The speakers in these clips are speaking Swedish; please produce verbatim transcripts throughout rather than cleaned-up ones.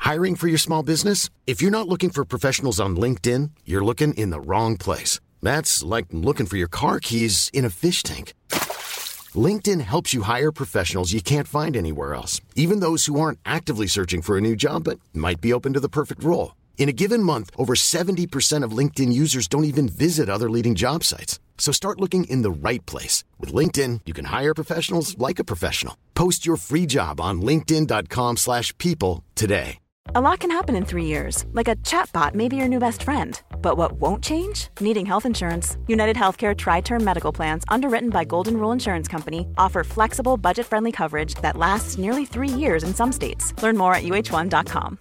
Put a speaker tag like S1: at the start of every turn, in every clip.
S1: Hiring for your small business? If you're not looking for professionals on LinkedIn, you're looking in the wrong place. That's like looking for your car keys in a fish tank. LinkedIn helps you hire professionals you can't find anywhere else, even those who aren't actively searching for a new job but might be open to the perfect role. In a given month, over seventy percent of LinkedIn users don't even visit other leading job sites. So start looking in the right place. With LinkedIn, you can hire professionals like a professional. Post your free job on linkedin dot com slash people today.
S2: A lot can happen in three years, like a chatbot may be your new best friend. But what won't change? Needing health insurance. United Healthcare Tri-Term Medical Plans, underwritten by Golden Rule Insurance Company, offer flexible, budget-friendly coverage that lasts nearly three years in some states. Learn more at u h one dot com.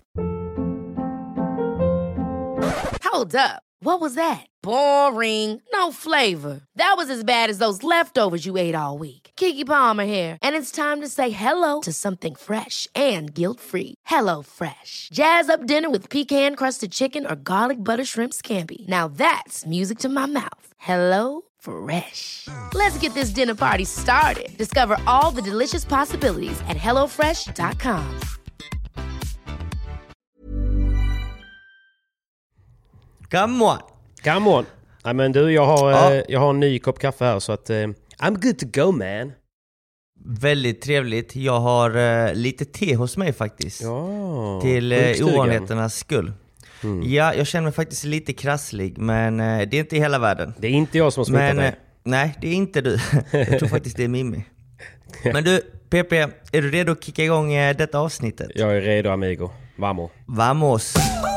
S3: Hold up. What was that? Boring. No flavor. That was as bad as those leftovers you ate all week. Keke Palmer here, and it's time to say hello to something fresh and guilt-free. Hello Fresh. Jazz up dinner with pecan-crusted chicken or garlic butter shrimp scampi. Now that's music to my mouth. Hello Fresh. Let's get this dinner party started. Discover all the delicious possibilities at hello fresh dot com.
S4: Come on.
S5: Come on. Nej, men du, jag har,
S4: Ja.
S5: eh, jag har en ny kopp kaffe här så att eh, I'm good to go, man.
S4: Väldigt trevligt. Jag har uh, lite te hos mig faktiskt.
S5: Ja,
S4: till uh,
S5: sjukstugan.
S4: ovanligheternas skull. Mm. Ja, jag känner mig faktiskt lite krasslig, men uh, det är inte i hela världen.
S5: Det är inte jag som har smittat
S4: men,
S5: dig.
S4: Uh, nej, det är inte du. Jag tror faktiskt det är Mimmi. Men du, P P, är du redo att kicka igång uh, detta avsnittet?
S5: Jag är redo, amigo. Vamos.
S4: Vamos.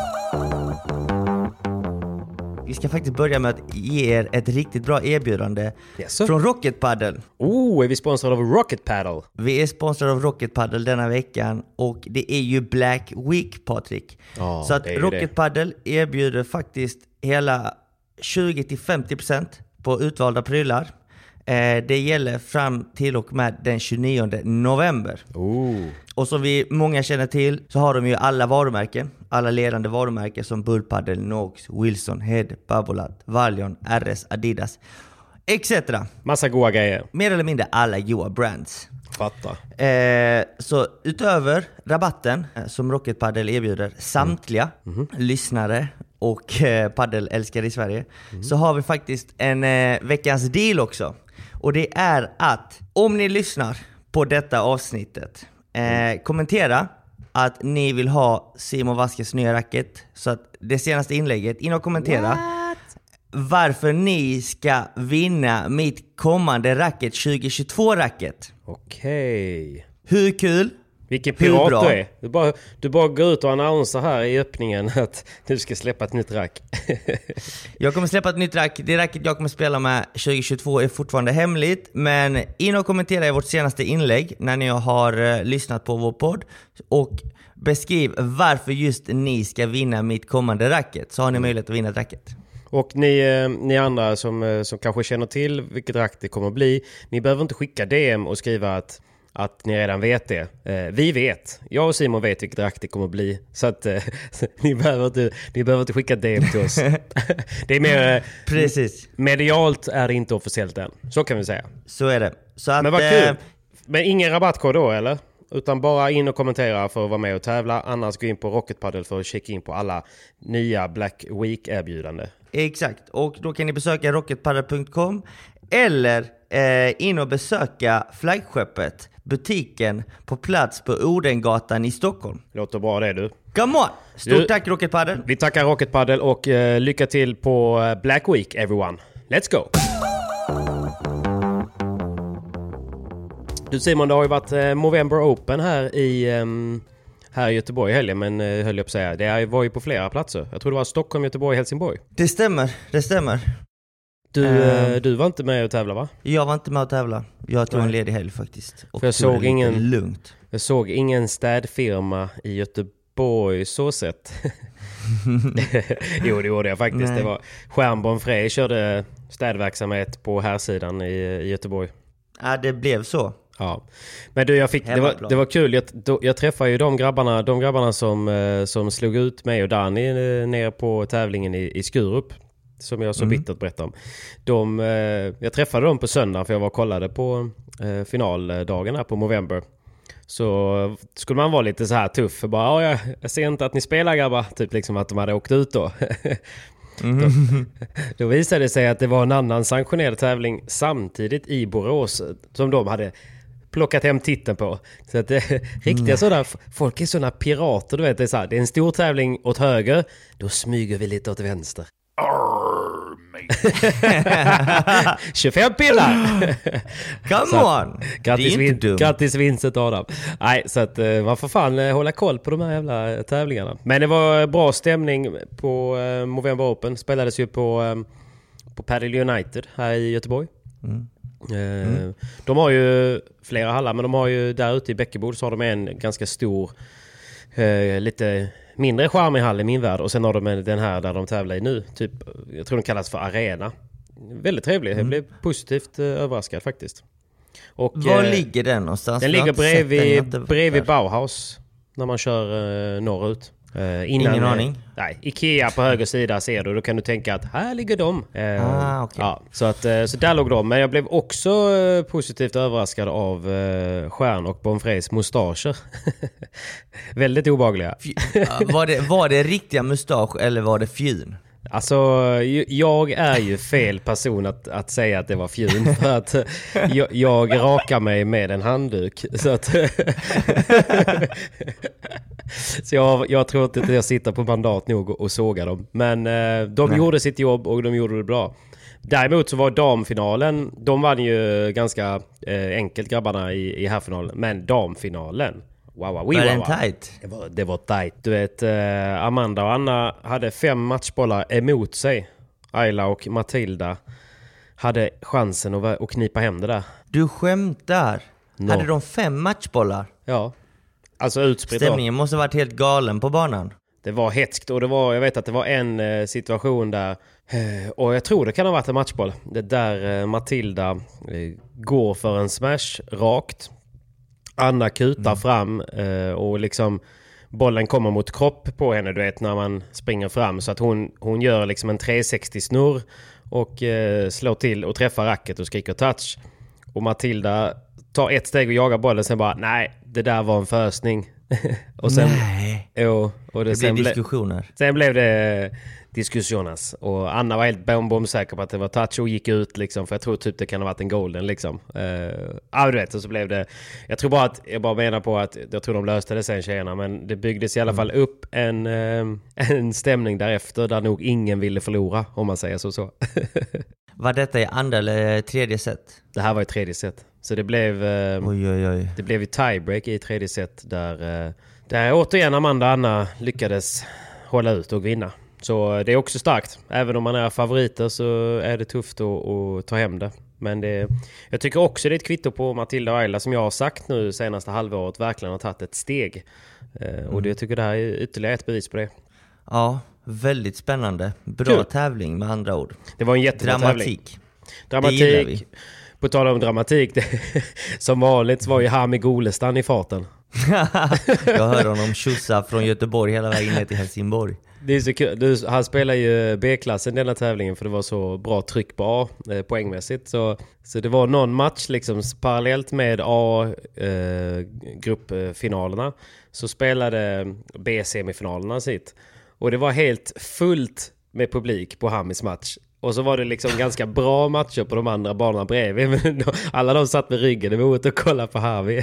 S4: Vi ska faktiskt börja med att ge er ett riktigt bra erbjudande
S5: yes,
S4: från Rocket Paddle.
S5: Oh, är vi sponsrade av Rocket Paddle?
S4: Vi är sponsrade av Rocket Paddle denna veckan och det är ju Black Week, Patrik.
S5: Oh,
S4: så att Rocket Paddle erbjuder faktiskt hela tjugo till femtio procent på utvalda prylar. Eh, det gäller fram till och med den tjugonionde november.
S5: Oh.
S4: Och som vi många känner till så har de ju alla varumärken. Alla ledande varumärken som Bullpaddle, Nox, Wilson, Head, Babolat, Valion, R S, Adidas et cetera.
S5: Massa goda grejer.
S4: Mer eller mindre alla goa brands.
S5: Fattar.
S4: Eh, så utöver rabatten eh, som Rocket Paddle erbjuder samtliga mm. Mm-hmm. lyssnare och eh, paddelälskare i Sverige mm. så har vi faktiskt en eh, veckans deal också. Och det är att om ni lyssnar på detta avsnittet eh, kommentera att ni vill ha Simon Vasquez nya racket. Så att det senaste inlägget, in och kommentera What? varför ni ska vinna mitt kommande racket tjugo tjugotvå racket.
S5: Okej. Okay.
S4: Hur kul?
S5: Vilken pirat du är. Du bara, du bara går ut och annonserar här i öppningen att du ska släppa ett nytt rack.
S4: Jag kommer släppa ett nytt rack. Det racket jag kommer spela med tjugo tjugotvå är fortfarande hemligt. Men in och kommentera i vårt senaste inlägg när ni har uh, lyssnat på vår podd. Och beskriv varför just ni ska vinna mitt kommande racket. Så har ni möjlighet att vinna ett racket.
S5: Och ni, ni andra som, som kanske känner till vilket rack det kommer att bli. Ni behöver inte skicka D M och skriva att Att ni redan vet det. Eh, vi vet. Jag och Simon vet vilket rack det kommer att bli. Så att eh, ni, behöver inte, ni behöver inte skicka D M till oss. Det är mer... Eh,
S4: Precis.
S5: Medialt är det inte officiellt än. Så kan vi säga.
S4: Så är det. Så att,
S5: Men vad kul.
S4: Eh,
S5: Men ingen rabattkod då, eller? Utan bara in och kommentera för att vara med och tävla. Annars gå in på Rocket Paddle för att checka in på alla nya Black Week-erbjudande.
S4: Exakt. Och då kan ni besöka rocket paddle punkt com eller eh, in och besöka flaggskeppet, butiken på plats på Odengatan i Stockholm.
S5: Låter bra det, du.
S4: Come on! Stort du, tack Rocket Paddle.
S5: Vi tackar Rocket Paddle och eh, lycka till på Black Week, everyone. Let's go! Du Simon, det har ju varit eh, Movember Open här i, eh, här i Göteborg i helgen, men eh, höll jag på att säga. Det var ju på flera platser. Jag tror det var Stockholm, Göteborg, Helsingborg.
S4: Det stämmer, det stämmer.
S5: Du, uh, du var inte med att tävla, va?
S4: Jag var inte med att tävla. Jag tog en ledig helg faktiskt. Och
S5: För jag såg ingen
S4: lugnt.
S5: Jag såg ingen städfirma i Göteborg så sett. Jo, det gjorde jag faktiskt. Nej. Det var Stjärnborn Frej körde städverksamhet på här sidan i, i Göteborg.
S4: Ja, det blev så.
S5: Ja. Men du, jag fick det var, det var kul. Jag, då, jag träffade ju de grabbarna, de grabbarna som eh, som slog ut mig och Danny eh, ner på tävlingen i, i Skurup. Som jag så mm. bittert berättade om. De, eh, jag träffade dem på söndag för jag var och kollade på eh, finaldagen här på Movember. så skulle man vara lite så här tuff. För bara, ja, jag ser inte att ni spelar grabbar. Typ liksom att de hade åkt ut då. Mm. då, då visade det sig att det var en annan sanktionerad tävling samtidigt i Borås som de hade plockat hem titeln på. Så att det riktiga mm. sådär, folk är sådana pirater, du vet, det är så här, det är en stor tävling åt höger, då smyger vi lite åt vänster. tjugofem pillar.
S4: Come on.
S5: Grattis, vin- grattis Vincent Adam. Nej, så att uh, man får fan uh, hålla koll på de här jävla tävlingarna. Men det var bra stämning på uh, Movember Open. Spelades ju på um, på Padel United här i Göteborg. Mm. Uh, mm. De har ju flera hallar, men de har ju där ute i Bäckebord så har de en ganska stor uh, lite mindre charmig hall i min värld. Och sen har de den här där de tävlar i nu. Typ, jag tror den kallas för Arena. Väldigt trevlig. Mm. Jag blev positivt eh, överraskad faktiskt. Och,
S4: var
S5: eh,
S4: ligger den någonstans?
S5: Den ligger bredvid, den bredvid Bauhaus. När man kör eh, norrut. Eh, innan,
S4: Ingen aning?
S5: Eh, nej, Ikea på höger sida ser du. Då kan du tänka att här ligger de. Eh,
S4: ah, okay.
S5: ja, så, att, eh, så där låg de. Men jag blev också eh, positivt överraskad av eh, Stjärn och Bonfrés mustascher. Väldigt obehagliga.
S4: var, det, var det riktiga mustasch eller var det fjun?
S5: Alltså, jag är ju fel person att, att säga att det var fjun. För att jag, jag rakar mig med en handduk. Så att... Så jag, jag tror inte att jag sitter på mandat nog och, och sågar dem. Men eh, de Nej. gjorde sitt jobb och de gjorde det bra. Däremot så var damfinalen, de vann ju ganska eh, enkelt grabbarna i, i herrfinalen. Men damfinalen, wow, wow, wow,
S4: var
S5: wow.
S4: den tight?
S5: Det var, det var tight. Du vet, eh, Amanda och Anna hade fem matchbollar emot sig. Ayla och Matilda hade chansen att, att knipa hem det där.
S4: Du skämtar? No. Hade de fem matchbollar?
S5: Ja. Alltså utspritt.
S4: Stämningen måste ha varit helt galen på banan.
S5: Det var hetskt och det var, jag vet att det var en eh, situation där, eh, och jag tror det kan ha varit en matchboll. Det där eh, Matilda eh, går för en smash rakt. Anna kutar mm. fram eh, och liksom bollen kommer mot kropp på henne, du vet, när man springer fram. Så att hon, hon gör liksom en trehundrasextio snurr och eh, slår till och träffar racket och skriker touch. Och Matilda tar ett steg och jagar bollen, sen bara, nej, det där var en försning. och sen,
S4: nej.
S5: Jo, och det,
S4: det
S5: sen
S4: blev diskussioner.
S5: Ble, sen blev det diskussionas. Och Anna var helt bom säker på att det var touch och gick ut liksom, för jag tror typ det kan ha varit en golden liksom. Uh, ja, du vet, och så blev det, jag tror bara att, jag bara menar på att jag tror de löste det sen tjejerna, men det byggdes i alla fall mm. upp en, uh, en stämning därefter där nog ingen ville förlora, om man säger så. så.
S4: Var detta i andra eller tredje set?
S5: Det här var i tredje set. Så det blev uh,
S4: oj, oj, oj.
S5: Det blev i tiebreak i tredje set där, uh, där återigen Amanda och Anna lyckades hålla ut och vinna. Så det är också starkt. Även om man är favoriter så är det tufft att, att ta hem det. Men det, jag tycker också det är ett kvitto på Matilda och Ayla, som jag har sagt nu senaste halvåret, verkligen har tagit ett steg. Mm. Och det, jag tycker det här är ytterligare ett bevis på det.
S4: Ja, väldigt spännande. Bra Kul. tävling med andra ord.
S5: Det var en jättebra
S4: Dramatik.
S5: tävling. Dramatik. På tal om dramatik, det, som vanligt var ju Hami Golestan i farten.
S4: Jag hör honom tjussa från Göteborg hela vägen ner till Helsingborg.
S5: Det är så kul. Du, han spelar ju B-klassen denna tävlingen för det var så bra tryck på A eh, poängmässigt. Så, så det var någon match liksom parallellt med A-gruppfinalerna eh, så spelade B-semifinalerna sitt. Och det var helt fullt med publik på Hamis match. Och så var det liksom ganska bra matcher på de andra banorna bredvid. Men då, alla de satt med ryggen emot och kollade på Harvey.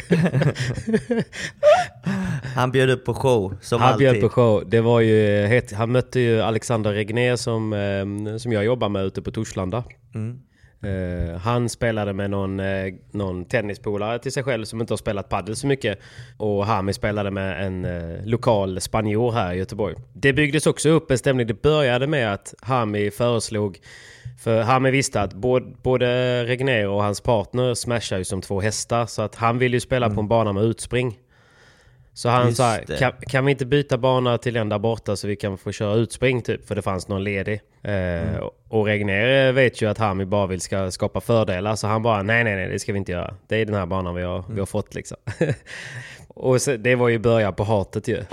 S4: Han bjöd upp på show, som
S5: han
S4: alltid.
S5: Han bjöd på show. Det var ju, han mötte ju Alexander Regner som, som jag jobbar med ute på Torslanda. Mm. Uh, han spelade med någon, uh, någon tennispolare till sig själv som inte har spelat paddel så mycket. Och Hami spelade med en uh, lokal spanjor här i Göteborg. Det byggdes också upp en stämning. Det började med att Hami föreslog, för Hami visste att både, både Regner och hans partner smashar ju som två hästar. Så att han ville ju spela mm. på en bana med utspring. Så han sa, kan, kan vi inte byta bana till en där borta så vi kan få köra utspring typ, för det fanns någon ledig. Mm. Eh, och Regner vet ju att Hami bara vill ska skapa fördelar, så han bara, nej nej nej, det ska vi inte göra. Det är den här banan vi har, mm. vi har fått liksom. Och så, det var ju början på hatet ju.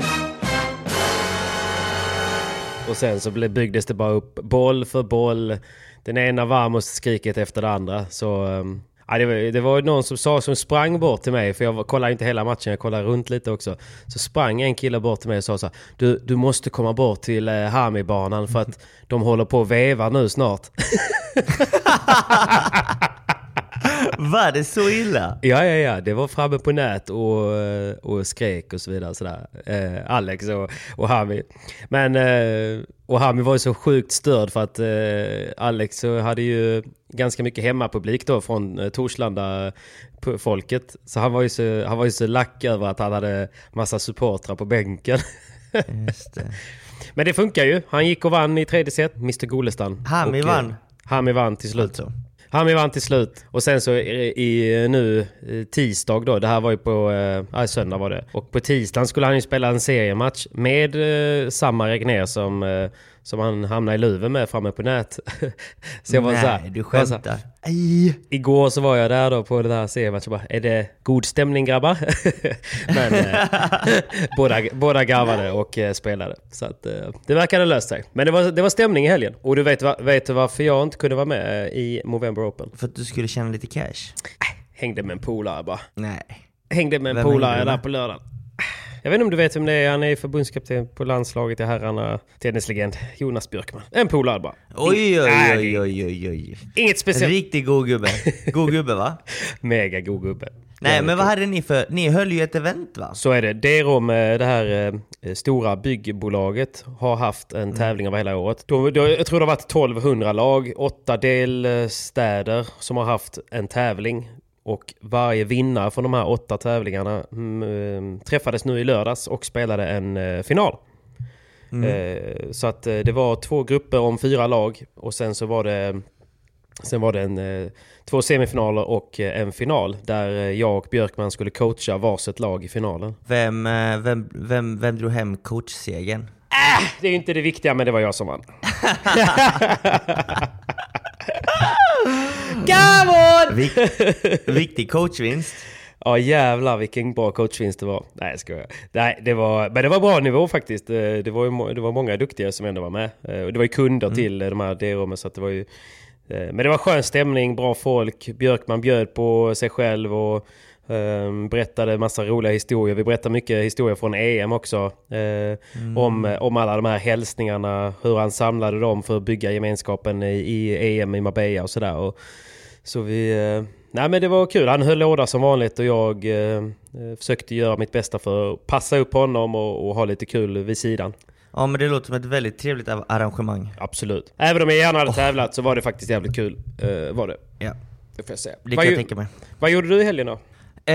S5: Och sen så byggdes det bara upp boll för boll. Den ena varmaste skriket efter det andra. Så... Um, Ja, det, var, det var någon som sa som sprang bort till mig, för jag kollade inte hela matchen, jag kollade runt lite också. Så sprang en kille bort till mig och sa så här, du, du måste komma bort till eh, Hamibanan för att de håller på att veva nu snart.
S4: Var det så illa?
S5: Ja, ja, ja. Det var framme på nät och, och skrek och så vidare. Sådär. Eh, Alex och, och Hami. Men, eh, och Hami var ju så sjukt störd för att eh, Alex hade ju ganska mycket hemmapublik då från eh, Torslanda folket. Så han var ju så, han var ju så lack över att han hade massa supportrar på bänken.
S4: Just det.
S5: Men det funkar ju. Han gick och vann i tredje set. mister Golestan.
S4: Hami
S5: och,
S4: vann.
S5: Hami vann till slut.
S4: Alltså.
S5: Hami vann till slut. Och sen så i, i nu tisdag då. Det här var ju på äh, söndag var det. Och på tisdagen skulle han ju spela en seriematch med äh, samma Regner som, äh, som han hamnade i luven med framme på nät. Så jag var
S4: Nej,
S5: så här,
S4: du skämtar.
S5: Så här, igår så var jag där då på den här seriematchen och bara, är det god stämning grabbar? Men äh, båda, båda garvade och äh, spelade. Så att, äh, det verkade löst sig. Men det var, det var stämning i helgen. Och du vet, vet du varför jag inte kunde vara med i Movember Open?
S4: För att du skulle tjäna lite cash?
S5: Äh, hängde med en polare bara.
S4: Nej.
S5: Hängde med en
S4: Vem
S5: polare där på lördagen. Jag vet inte om du vet vem det är. Han är förbundskapten på landslaget i herrarna. Tennislegend Jonas Björkman. En polare bara.
S4: Oj, oj,
S5: Nej,
S4: oj, oj, oj, oj.
S5: Inget speciellt.
S4: Riktigt god gubbe. God gubbe, va?
S5: Mega god gubbe.
S4: Nej,
S5: Jävligt
S4: men vad
S5: cool.
S4: hade ni för... Ni höll ju ett event, va?
S5: Så är det. Derom, det här eh, stora byggbolaget, har haft en tävling över hela året. De, de, jag tror det har varit tolvhundra lag, åtta delstäder som har haft en tävling. Och varje vinnare från de här åtta tävlingarna mm, träffades nu i lördags och spelade en eh, final. Mm. Eh, så att eh, det var två grupper om fyra lag. Och sen så var det, sen var det en, eh, två semifinaler och eh, en final. Där eh, jag och Björkman skulle coacha varsitt lag i finalen.
S4: Vem, eh, vem, vem, vem drog hem coachsegen?
S5: Äh, det är inte det viktiga, men det var jag som vann.
S4: Vik, viktig coachvinst.
S5: Ja, jävlar vilken bra coachvinst det var. Nej, ska jag. Nej, det var, men det var bra nivå faktiskt. Det var ju, det var många duktiga som ändå var med. Och det var ju kunder mm. till de här D-rummen, så att det var ju, men det var skön stämning, bra folk. Björkman bjöd på sig själv och um, berättade massa roliga historier. Vi berättade mycket historier från E M också. Uh, mm. om, om alla de här hälsningarna, hur han samlade dem för att bygga gemenskapen i, i E M i Marbella och sådär. Och så vi... Uh, nej, men det var kul. Han höll låda som vanligt och jag uh, försökte göra mitt bästa för att passa upp honom och, och ha lite kul vid sidan.
S4: Ja, men det låter som ett väldigt trevligt arrangemang.
S5: Absolut. Även om jag gärna hade oh. tävlat så var det faktiskt jävligt kul. Uh, var det.
S4: Ja.
S5: Det får jag säga.
S4: Det
S5: vad
S4: kan jag
S5: ju,
S4: tänka mig.
S5: Vad gjorde du i helgen då?
S4: Eh,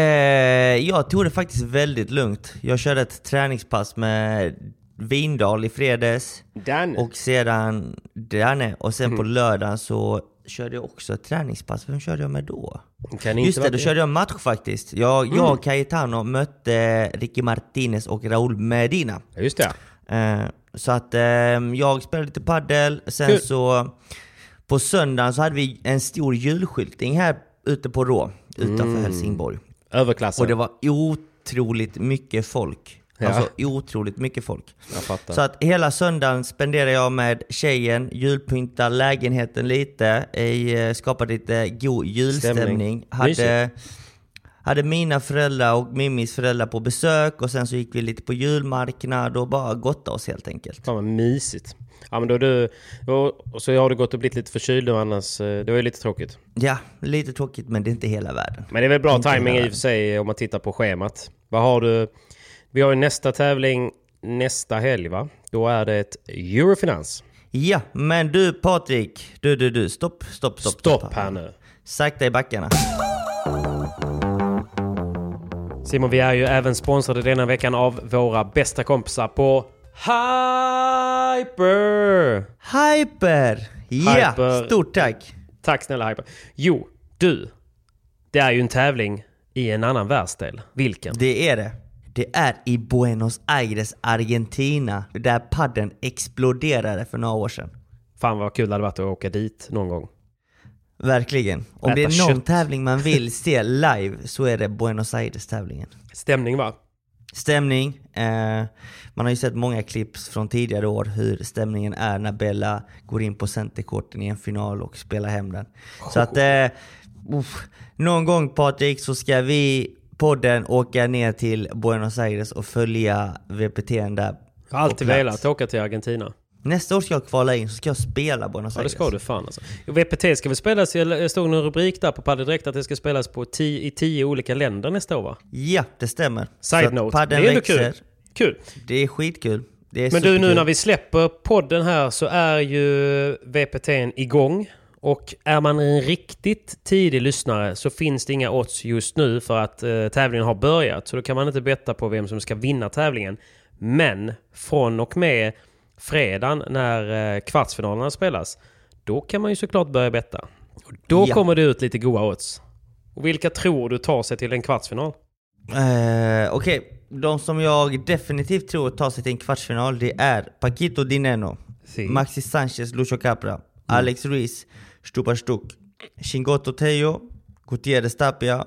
S4: jag tog det faktiskt väldigt lugnt. Jag körde ett träningspass med Vindal i fredags.
S5: Danne.
S4: Och sedan Danne. Och sen mm. på lördagen så körde jag också ett träningspass. Vem körde jag med då?
S5: Kan
S4: Just det, då
S5: det?
S4: körde jag match faktiskt. Jag,
S5: mm.
S4: jag och Cayetano mötte Ricky Martinez och Raúl Medina.
S5: Ja, just det.
S4: Eh, så att eh, jag spelade lite paddel. Sen
S5: Kul.
S4: så på söndagen så hade vi en stor julskyltning här ute på Rå. Utanför mm. Helsingborg.
S5: Överklassen.
S4: Och det var otroligt mycket folk.
S5: Ja.
S4: Alltså otroligt mycket folk.
S5: Jag fattar.
S4: Så att hela söndagen spenderade jag med tjejen, julpynta lägenheten lite, i, skapade lite god julstämning. Hade, hade mina föräldrar och Mimis föräldrar på besök och sen så gick vi lite på julmarknad och bara gottade oss helt enkelt.
S5: Fan vad mysigt. Ja, men då du, då, så har du gått och blivit lite förkyld nu annars. Det var ju lite tråkigt.
S4: Ja, lite tråkigt, men det är inte hela världen.
S5: Men det är väl bra
S4: inte
S5: timing i och för sig om man tittar på schemat. Vad har du? Vi har ju nästa tävling nästa helg, va? Då är det ett Eurofinans.
S4: Ja, men du Patrik, du, du, du, stopp, stopp, stopp.
S5: Stopp, stopp här nu.
S4: Sakta i backarna.
S5: Simon, vi är ju även sponsrade denna veckan av våra bästa kompisar på Hyper!
S4: Hyper! Ja, Hyper. Stort tack!
S5: Tack snälla Hyper. Jo, du. Det är ju en tävling i en annan världsdel. Vilken?
S4: Det är det. Det är i Buenos Aires, Argentina. Där padden exploderade för några år sedan.
S5: Fan vad kul det hade varit att åka dit någon gång.
S4: Verkligen. Om
S5: Äta
S4: det är någon
S5: kött.
S4: tävling man vill se live så är det Buenos Aires-tävlingen.
S5: Stämning, va?
S4: Stämning. Eh, man har ju sett många clips från tidigare år hur stämningen är när Bella går in på centerkorten i en final och spelar hem den. Oh. Så att eh, uff, någon gång Patrik så ska vi podden åka ner till Buenos Aires och följa V P T där.
S5: Jag har alltid velat åka till Argentina.
S4: Nästa år ska jag kvala in så ska jag spela Buenos Aires.
S5: Ja, det ska du fan alltså. V P T ska väl spelas, jag stod en rubrik där på Padel Direkt att det ska spelas på tio, i tio olika länder nästa år, va?
S4: Ja, det stämmer.
S5: Side note, det är ändå kul. Kul.
S4: Det är skitkul. Det är
S5: Men du,
S4: superkul.
S5: nu när vi släpper podden här så är ju V P T igång. Och är man en riktigt tidig lyssnare så finns det inga odds just nu för att eh, tävlingen har börjat. Så då kan man inte betta på vem som ska vinna tävlingen. Men från och med fredagen när eh, kvartsfinalerna spelas, då kan man ju såklart börja betta. Och då ja. kommer det ut lite goda odds. Och vilka tror du tar sig till en kvartsfinal?
S4: Eh, Okej, okay. De som jag definitivt tror tar sig till en kvartsfinal, det är Paquito Dineno, si. Maxi Sanchez, Lucho Capra, mm. Alex Ruiz, Stupa Stuk, Chingoto Tejo, Gutierrez Tapia,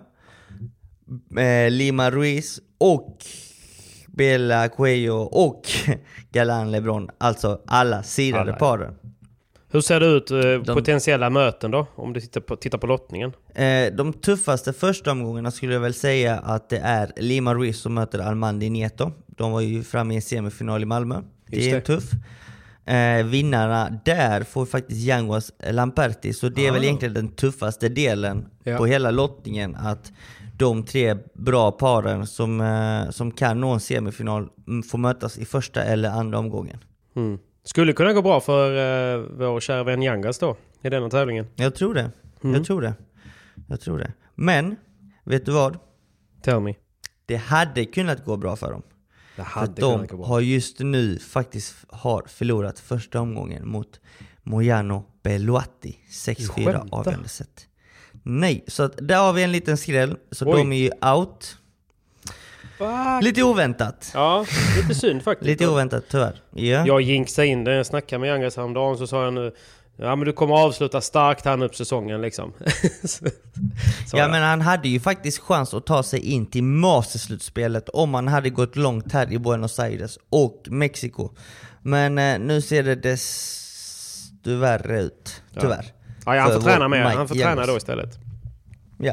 S4: eh, Lima Ruiz och Bella Cuello och Galan Lebron. Alltså alla sidade paren.
S5: Hur ser det ut eh, de, potentiella möten då? Om du tittar på, tittar på lottningen.
S4: Eh, de tuffaste första omgångarna skulle jag väl säga att det är Lima Ruiz som möter Armandi Nieto. De var ju framme i en semifinal i Malmö. Det Just är det. tuff. Eh, vinnarna där får faktiskt Yanguas Lamperti. Så det är ah. väl egentligen den tuffaste delen ja. på hela lottningen. Att de tre bra paren som, eh, som kan nå en semifinal får mötas i första eller andra omgången.
S5: Mm. Skulle kunna gå bra för uh, vår kära vän Yangas då i denna tävlingen.
S4: Jag tror det. Mm. Jag tror det. Jag tror det. Men, vet du vad?
S5: Tell me.
S4: Det hade kunnat gå bra för dem.
S5: Det hade
S4: för de har just nu faktiskt har förlorat första omgången mot Moyano Belotti. sex fyra avgörande sätt. Nej, så att där har vi en liten skräll. Så Oj. de är ju out. Fuck. Lite oväntat.
S5: Ja, lite synd faktiskt.
S4: Lite oväntat tyvärr. Yeah.
S5: Jag jinxade in det. Jag snackade med Yangas häromdagen så sa jag nu, ja men du kommer avsluta starkt här upp säsongen liksom. så,
S4: så ja men han hade ju faktiskt chans att ta sig in till masterslutspelet om han hade gått långt här i Buenos Aires och Mexiko. Men eh, nu ser det desto värre ut, tyvärr.
S5: Ja, ja han får träna med. Han får Yangas. träna då istället.
S4: Ja.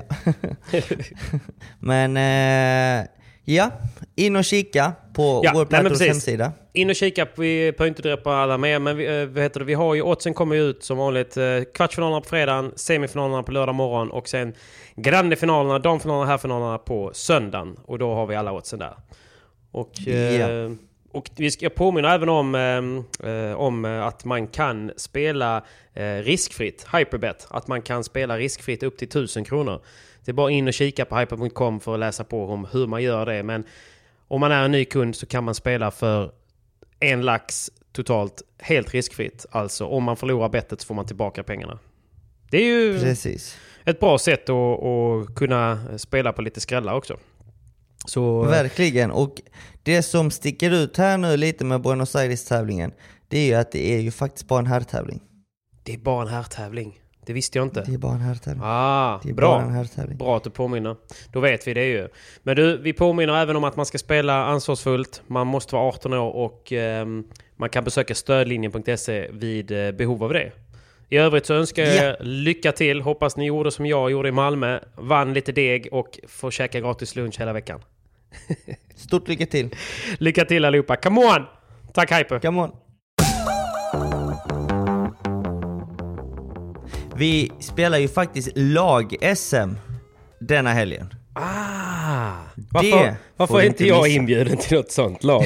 S4: men eh, ja, in och kika på ja, vår Plattors hemsida.
S5: In och kika på, vi behöver inte dräpa alla med, men vi, vad heter det, vi har ju oddsen kommer ut som vanligt. Kvartsfinalerna på fredagen, semifinalerna på lördag morgon och sen grandefinalerna, damfinalerna, herrfinalerna på söndagen. Och då har vi alla oddsen där. Och, yeah. eh, och vi ska påminna även om, eh, om att man kan spela eh, riskfritt, Hyperbet. Att man kan spela riskfritt upp till tusen kronor. Det är bara in och kika på hyper punkt com för att läsa på om hur man gör det. Men om man är en ny kund så kan man spela för en lax totalt helt riskfritt. Alltså om man förlorar bettet så får man tillbaka pengarna. Det är ju
S4: Precis.
S5: ett bra sätt att, att kunna spela på lite skrällar också. Så...
S4: Verkligen. Och det som sticker ut här nu lite med Buenos Aires-tävlingen, det är ju att det är ju faktiskt bara en herrtävling.
S5: Det är bara en herrtävling. Det visste jag inte.
S4: Det är bara en herrtävling.
S5: Ah,
S4: det är
S5: bra.
S4: Bara en herrtävling.
S5: Bra att du påminner. Då vet vi det ju. Men du, vi påminner även om att man ska spela ansvarsfullt. Man måste vara arton år och eh, man kan besöka stödlinjen punkt se vid eh, behov av det. I övrigt så önskar jag yeah. lycka till. Hoppas ni gjorde som jag gjorde i Malmö. Vann lite deg och får käka gratis lunch hela veckan.
S4: Stort lycka till.
S5: Lycka till allihopa. Come on! Tack Hyper.
S4: Come on. Vi spelar ju faktiskt lag-S M denna helgen.
S5: Ah! Varför, varför är inte jag missa. inbjuden till något sånt lag?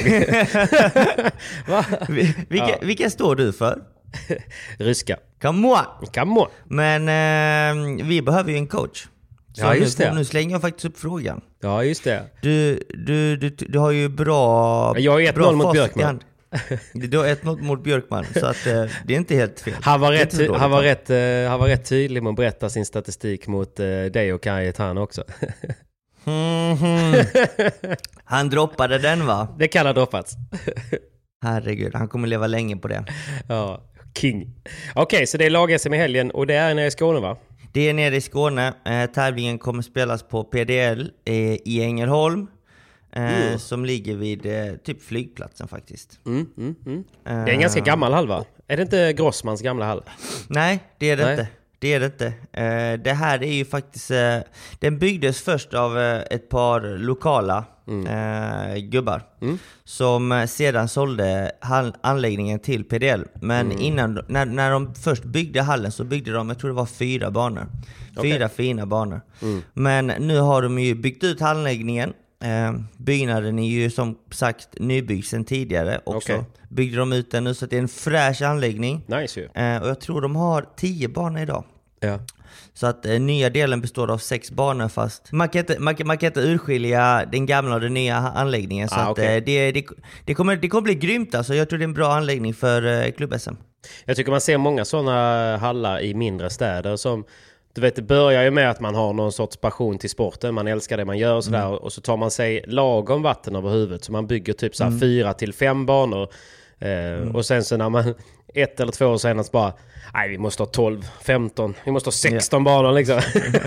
S4: vilka, ja. vilka står du för?
S5: Ryska.
S4: Come on!
S5: Come on.
S4: Men eh, vi behöver ju en coach. Så
S5: ja, just
S4: nu,
S5: det.
S4: Nu slänger jag faktiskt upp frågan.
S5: Ja, just det.
S4: Du, du, du, du har ju bra...
S5: Jag har ett noll mot Björkman.
S4: Du har ett noll mot Björkman, så att, eh, det är inte helt fel.
S5: Han var, rätt, dåligt, han, var rätt, eh, han var rätt tydlig med att berätta sin statistik mot eh, dig och Kajetan också.
S4: mm-hmm. Han droppade den, va?
S5: Det kan ha droppats.
S4: Herregud, han kommer leva länge på det.
S5: Ja, king. Okej, okay, så det är lag-S M i helgen och det är nere i Skåne, va?
S4: Det är nere i Skåne. Eh, tävlingen kommer spelas på P D L eh, i Ängelholm. Eh, mm. Som ligger vid eh, typ flygplatsen faktiskt.
S5: Mm, mm, mm. Det är en ganska gammal hall, va? Är det inte Grossmans gamla hall?
S4: Nej, det är det
S5: Nej.
S4: inte. det är det inte. Eh, det här är ju faktiskt... Eh, den byggdes först av eh, ett par lokala mm. eh, gubbar mm. som eh, sedan sålde hall- anläggningen till P D L. Men mm. innan, när, när de först byggde hallen så byggde de, jag tror det var fyra banor. Fyra okay. fina banor. Mm. Men nu har de ju byggt ut anläggningen. Eh, byggnaden är ju som sagt nybyggd sedan tidigare också. Okay. Byggde de ut den nu så att det är en fräsch anläggning.
S5: Nice ju.
S4: Eh, och jag tror de har tio banor idag.
S5: Ja.
S4: Så att eh, nya delen består av sex banor, fast man kan inte, man kan, man kan inte urskilja den gamla och den nya anläggningen. Så ah, att okay. eh, det, det, det, kommer, det kommer bli grymt alltså. Jag tror det är en bra anläggning för eh, klubb-S M.
S5: Jag tycker man ser många sådana hallar i mindre städer som... Du vet, det börjar ju med att man har någon sorts passion till sporten. Man älskar det man gör och sådär. Mm. Och så tar man sig lagom vatten över huvudet. Så man bygger typ så här mm. fyra till fem banor. Eh, mm. Och sen så när man ett eller två år senare så bara... Nej, vi måste ha tolv, femton. Vi måste ha sexton yeah. banor liksom.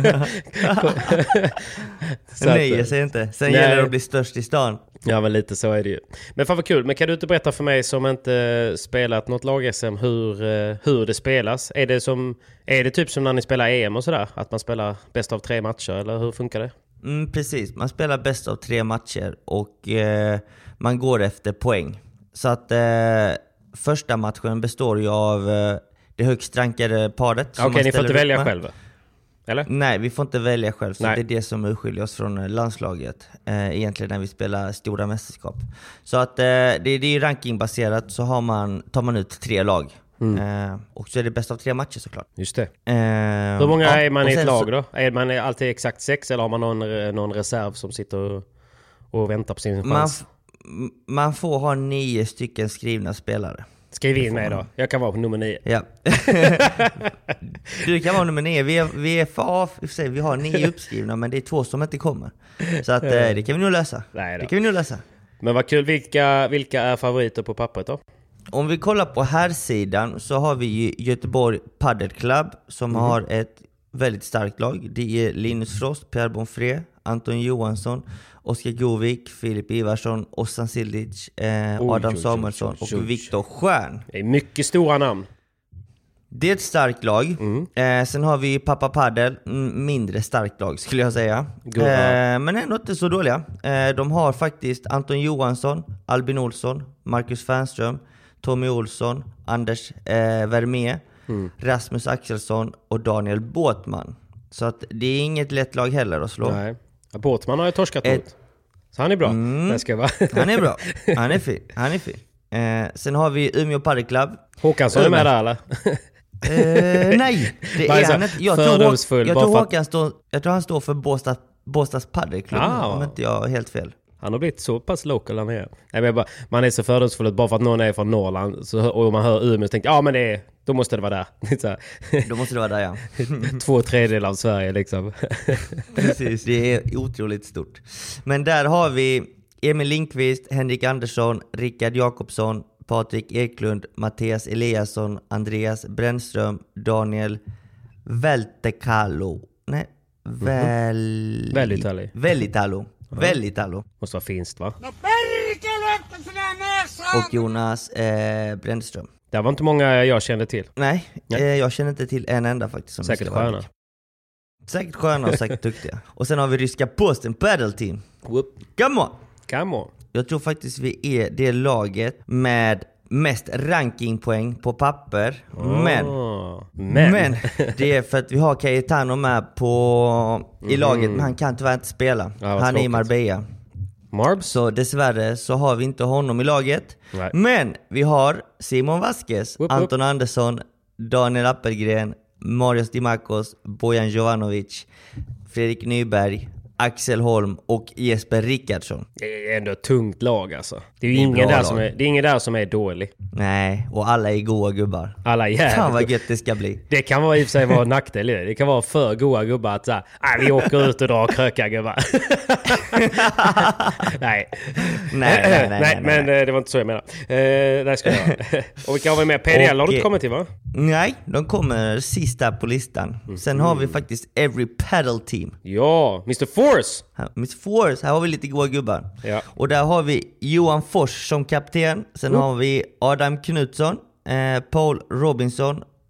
S4: Nej, jag säger inte. Sen nej. Gäller det att bli störst i stan.
S5: Ja, men lite så är det ju. Men fan vad kul. Men kan du inte berätta för mig som inte spelat något lag-S M hur, hur det spelas? Är det, som, är det typ som när ni spelar E M och sådär? Att man spelar bäst av tre matcher, eller hur funkar det?
S4: Mm, precis. Man spelar bäst av tre matcher och eh, man går efter poäng. Så att eh, första matchen består ju av eh, det högst rankade paret.
S5: Okej, okay, ni får inte välja själva? Eller?
S4: Nej, vi får inte välja själv. Så det är det som urskiljer oss från landslaget eh, egentligen när vi spelar stora mästerskap. Så att eh, det, det är rankingbaserat, så har man, tar man ut tre lag. Mm. Eh, och så är det bäst av tre matcher såklart.
S5: Just det. Eh, Hur många ja, är man i ett lag så, då? Är man alltid exakt sex, eller har man någon, någon reserv som sitter och, och väntar på sin chans?
S4: Man, man får ha nio stycken skrivna spelare.
S5: Skriv in mig då. Jag kan vara på nummer nio.
S4: Ja. Du kan vara nummer nio. Vi är, vi är för, för sig, vi har nio uppskrivna, men det är två som inte kommer. Så att, eh, det kan vi nog lösa.
S5: Nej då.
S4: Det kan vi nog lösa.
S5: Men vad kul. Vilka, vilka är favoriter på pappret då?
S4: Om vi kollar på här sidan så har vi Göteborg Padel Club som mm. har ett väldigt starkt lag. Det är Linus Frost, Pierre Bonfré, Anton Johansson, Oskar Govik, Filip Ivarsson, Ossan Sildic, eh, oj, Adam oj, Samuelsson oj, oj, oj. och Viktor Stjärn.
S5: Det är mycket stora namn.
S4: Det är ett starkt lag. Mm. Eh, sen har vi Pappa Padel, mindre starkt lag skulle jag säga. Eh, men ändå inte så dåliga. Eh, de har faktiskt Anton Johansson, Albin Olsson, Marcus Fernström, Tommy Olsson, Anders eh, Vermé, mm. Rasmus Axelsson och Daniel Båtman. Så att det är inget lätt lag heller att slå.
S5: Nej. Båtman har jag torskat Ett... mot. Så han är bra. Mm. Det ska vara.
S4: Han är bra. Han är fin. Han är fin. Eh, sen har vi Umeå Padel Club.
S5: Håkansson är med där eller?
S4: eh, nej, det är han inte. Jag tror, Håk- jag, tror Håkan står, jag tror han står för Båstad, Båstads Padel Club. Ah. Om inte jag har helt fel.
S5: Han har blivit så pass local han är. Nej, men bara, man är så fördomsfull bara för att någon är från Norrland så, och man hör Umeå och tänker ja men det är, då måste det vara där. Så
S4: då måste det vara där, ja.
S5: Två tredjedelar av Sverige liksom.
S4: Precis, det är otroligt stort. Men där har vi Emil Lindqvist, Henrik Andersson, Rickard Jakobsson, Patrik Eklund, Mattias Eliasson, Andreas Brännström, Daniel Veltekalo. Nej, Väl...
S5: Välitalo.
S4: Välitalo. Ja. Välitalo.
S5: Måste vara finst va?
S4: Och Jonas eh, Brännström.
S5: Det var inte många jag kände till.
S4: Nej, Nej. Eh, jag känner inte till en enda faktiskt. Som
S5: säkert sköna.
S4: Säkert sköna och säkert duktiga. Och sen har vi ryska Posten Padel Team. Whoop. Come on!
S5: Come on!
S4: Jag tror faktiskt vi är det laget med mest rankingpoäng på papper. Oh. Men,
S5: men
S4: men det är för att vi har Cayetano med på, i mm. laget, men han kan tyvärr inte spela. Ja, han tråkigt. Är i Marbella.
S5: Marbs?
S4: Så dessvärre så har vi inte honom i laget. Nej. Men vi har Simon Vasquez, whoop, Anton whoop. Andersson, Daniel Appelgren, Marius Dimakos, Bojan Jovanovic, Fredrik Nyberg, Axel Holm och Jesper Rickardsson.
S5: Det är ändå ett tungt lag alltså. Det är ju ingen där, som är, det är ingen där som är dålig.
S4: Nej, och alla är goa gubbar.
S5: Alla är jävligt.
S4: Fan vad gött det ska bli.
S5: Det kan vara i och för sig vara en nackdel. Det kan vara för goa gubbar att säga, nej vi åker ut och drar kröka gubbar. nej.
S4: Nej, nej, nej, nej,
S5: nej. Men nej. Det var inte så jag menar. Uh, där ska jag. Och vi kan vara med P D L har du inte kommit till va?
S4: Nej, de kommer sista på listan. Mm. Sen har vi faktiskt Every Paddle Team.
S5: Ja, mister Force.
S4: mister Force, här har vi lite goa gubbar.
S5: Ja.
S4: Och där har vi Johan Fors som kapten. Sen mm. har vi Adam Knutsson, eh, Paul Robinson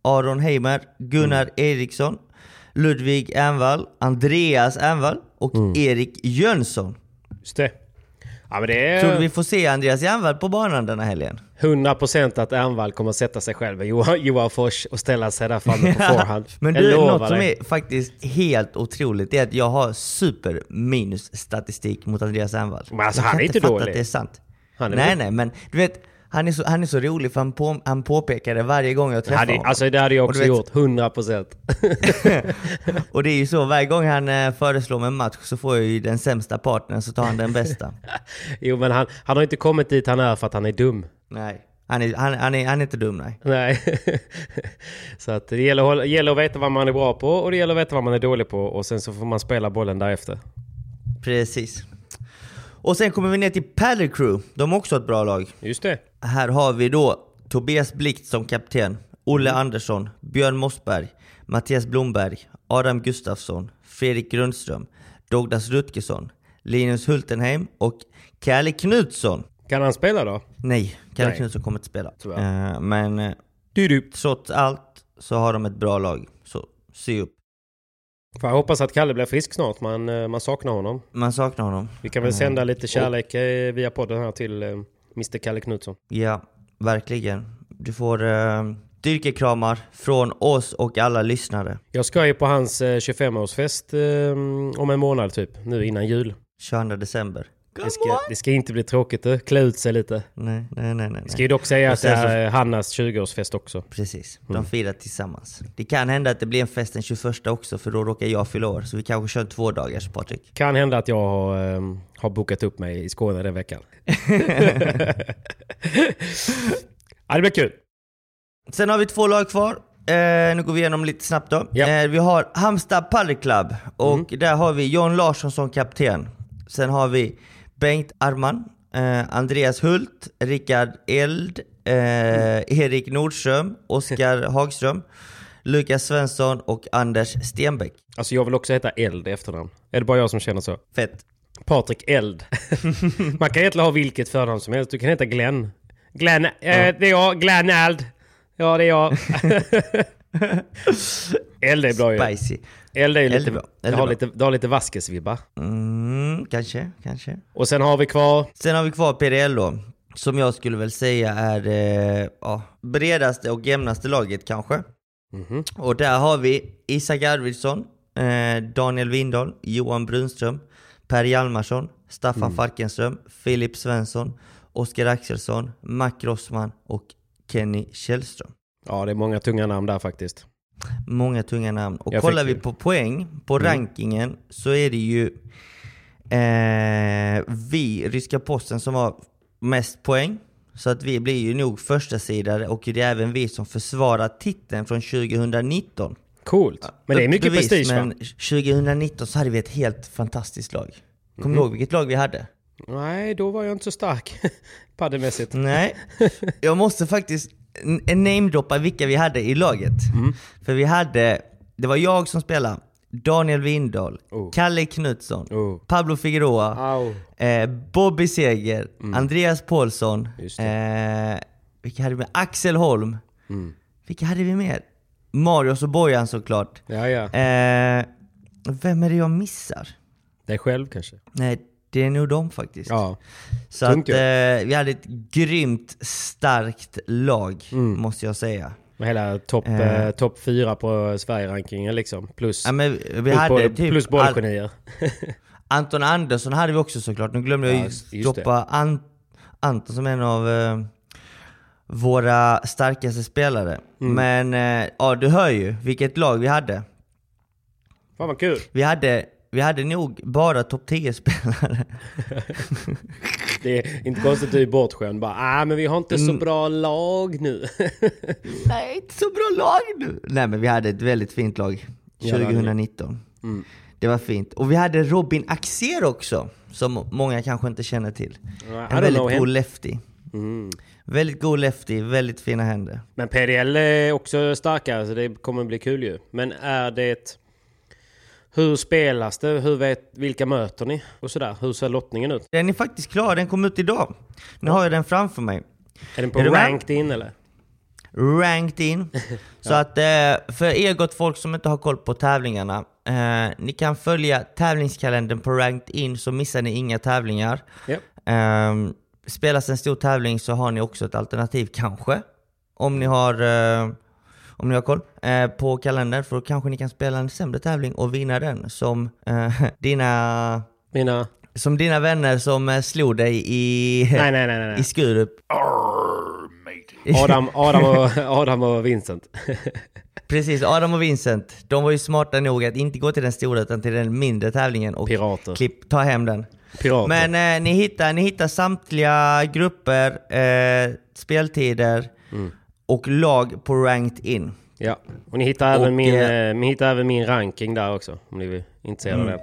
S4: Aron Heimer, Gunnar mm. Eriksson, Ludvig Ernvall, Andreas Ernvall och mm. Erik Jönsson.
S5: Just det. Ja, men det är...
S4: Tror du vi får se Andreas Ernvall på banan den här helgen?
S5: hundra procent att Ernvall kommer att sätta sig själv med Johan, Johan Fors och ställa sig där framme på forehand.
S4: Men du, något som är faktiskt helt otroligt är att jag har super minus statistik mot Andreas Ernvall.
S5: Men alltså, han är inte dålig.
S4: Att det är sant.
S5: Han är
S4: nej,
S5: med.
S4: nej, men du vet, han är så, han är så rolig för han, på, han påpekar det varje gång jag träffar
S5: hade,
S4: honom.
S5: Alltså det hade jag också vet, gjort, hundra procent.
S4: Och det är ju så, varje gång han eh, föreslår med en match så får jag ju den sämsta partnern, så tar han den bästa.
S5: Jo, men han, han har inte kommit dit han är för att han är dum.
S4: Nej, han är, han, han är, han är inte dum, nej.
S5: Nej. Så att det gäller, gäller att veta vad man är bra på och det gäller att veta vad man är dålig på och sen så får man spela bollen därefter.
S4: Precis. Och sen kommer vi ner till Padel Crew. De har också ett bra lag.
S5: Just det.
S4: Här har vi då Tobias Blixt som kapten, Olle mm. Andersson, Björn Mossberg, Mattias Blomberg, Adam Gustafsson, Fredrik Grundström, Douglas Rutgersson, Linus Hultenheim och Kalle Knutsson.
S5: Kan han spela då?
S4: Nej, Kalle Nej. Knutsson kommer inte spela. Uh, men uh,
S5: du, du.
S4: trots allt så har de ett bra lag. Så se upp.
S5: För jag hoppas att Kalle blir frisk snart. Man, man saknar honom.
S4: Man saknar honom.
S5: Vi kan väl sända uh, lite kärlek och... via podden här till uh, mister Kalle Knutsson.
S4: Ja, verkligen. Du får uh, styrkekramar från oss och alla lyssnare.
S5: Jag ska ju på hans uh, tjugofemårsfest uh, om en månad typ. Nu innan jul.
S4: tjugoandra december.
S5: Det ska, det ska inte bli tråkigt, du. Klä ut sig lite.
S4: Nej, nej, nej, nej.
S5: Ska ju dock säga att det är så... Hannas tjugoårsfest också.
S4: Precis, de mm. firar tillsammans. Det kan hända att det blir en fest den tjugoförsta också, för då råkar jag fylla år. Så vi kanske kör två dagars, Patrik.
S5: Kan hända att jag har, um, har bokat upp mig i Skåne den veckan. Ja, det blir kul.
S4: Sen har vi två lag kvar. Eh, nu går vi igenom lite snabbt då.
S5: Ja.
S4: Eh, vi har Halmstad Padel Club. Och mm. där har vi John Larsson som kapten. Sen har vi Bengt Arman, eh, Andreas Hult, Rickard Eld, eh, mm. Erik Nordström, Oskar Hagström, Lukas Svensson och Anders Stenbeck.
S5: Alltså jag vill också heta Eld i efternamn. Är det bara jag som känner så?
S4: Fett.
S5: Patrik Eld. Man kan egentligen ha vilket förnamn som helst. Du kan heta Glenn. Glenn, eh, ja. Det är jag, Glenn Eld. Ja, det är jag. Eld är bra ju.
S4: Spicy.
S5: Eld är ju lite, det har lite, det har lite Vaskes-vibba.
S4: Mm, kanske, kanske.
S5: Och sen har vi kvar...
S4: Sen har vi kvar P D L då. Som jag skulle väl säga är eh, ja, bredaste och jämnaste laget kanske. Mm-hmm. Och där har vi Isak Arvidsson, eh, Daniel Windahl, Johan Brunström, Per Hjalmarsson, Staffan mm. Falkenström, Filip Svensson, Oskar Axelsson, Mac Rossman och Kenny Källström.
S5: Ja, det är många tunga namn där faktiskt.
S4: Många tunga namn. Och
S5: jag
S4: kollar vi
S5: det.
S4: på poäng, på mm. rankingen, så är det ju eh, vi, Ryska Posten, som har mest poäng. Så att vi blir ju nog första sidare, och det är även vi som försvarar titeln från tjugonitton.
S5: Coolt. Men det är mycket
S4: bevis,
S5: prestige,
S4: men tjugonitton så hade vi ett helt fantastiskt lag. Kommer mm. du ihåg vilket lag vi hade?
S5: Nej, då var jag inte så stark paddelmässigt.
S4: Nej, jag måste faktiskt namedroppa vilka vi hade i laget. Mm. För vi hade, det var jag som spelade, Daniel Windahl, oh. Kalle Knutsson, oh. Pablo Figueroa, oh. eh, Bobby Seger, mm. Andreas Paulsson, eh, vilka hade vi med? Axel Holm. Mm. Vilka hade vi med? Marius och Bojan såklart.
S5: Ja, ja.
S4: Eh, vem är det jag missar?
S5: Dig själv kanske?
S4: Nej, det är nog de faktiskt.
S5: Ja.
S4: Så att eh, vi hade ett grymt starkt lag, mm. måste jag säga.
S5: Med hela topp eh. top fyra på Sverige-rankingen liksom. Plus,
S4: ja, men vi
S5: plus,
S4: hade
S5: boll,
S4: typ
S5: plus bollgenier.
S4: Anton Andersson hade vi också såklart. Nu glömde jag ju ja, droppa An- Anton som en av eh, våra starkaste spelare. Mm. Men eh, ja, du hör ju vilket lag vi hade.
S5: Fan vad kul.
S4: Vi hade... Vi hade nog bara topp tio-spelare.
S5: Det är inte konstigt att du är bortskämd. Bara, ah, men vi har inte så bra lag nu.
S4: Nej, inte så bra lag nu. Nej, men vi hade ett väldigt fint lag tjugonitton. Mm. Det var fint. Och vi hade Robin Axer också, som många kanske inte känner till. En väldigt god lefty. Mm. Väldigt god lefty, väldigt fina händer.
S5: Men P D L är också starkare, så det kommer bli kul ju. Men är det... Hur spelas det? Hur vet, vilka möter ni? Och sådär. Hur ser lottningen ut?
S4: Den är faktiskt klar. Den kom ut idag. Nu ja. har jag den framför mig.
S5: Är den på är ranked in eller?
S4: ranked in. Så ja. att eh, för er gott folk som inte har koll på tävlingarna, eh, ni kan följa tävlingskalendern på ranked in, så missar ni inga tävlingar.
S5: Yep.
S4: Eh, spelas en stor tävling så har ni också ett alternativ kanske. Om ni har... Eh, Om ni har koll eh, på kalendern, för då kanske ni kan spela en sämre tävling och vinna den som eh, dina
S5: Mina
S4: som dina vänner som eh, slog dig i
S5: nej, nej, nej, nej.
S4: i Skurup.
S5: Adam Adam och Adam och Vincent.
S4: Precis, Adam och Vincent. De var ju smarta nog att inte gå till den stora utan till den mindre tävlingen och
S5: Pirater.
S4: Klipp, ta hem den.
S5: Pirater.
S4: Men eh, ni hittar ni hittar samtliga grupper, eh, speltider. Mm. Och lag på ranked in.
S5: Ja, och ni hittar, och, även min, eh, ni hittar även min ranking där också. Om ni vill intresserade mm. av det.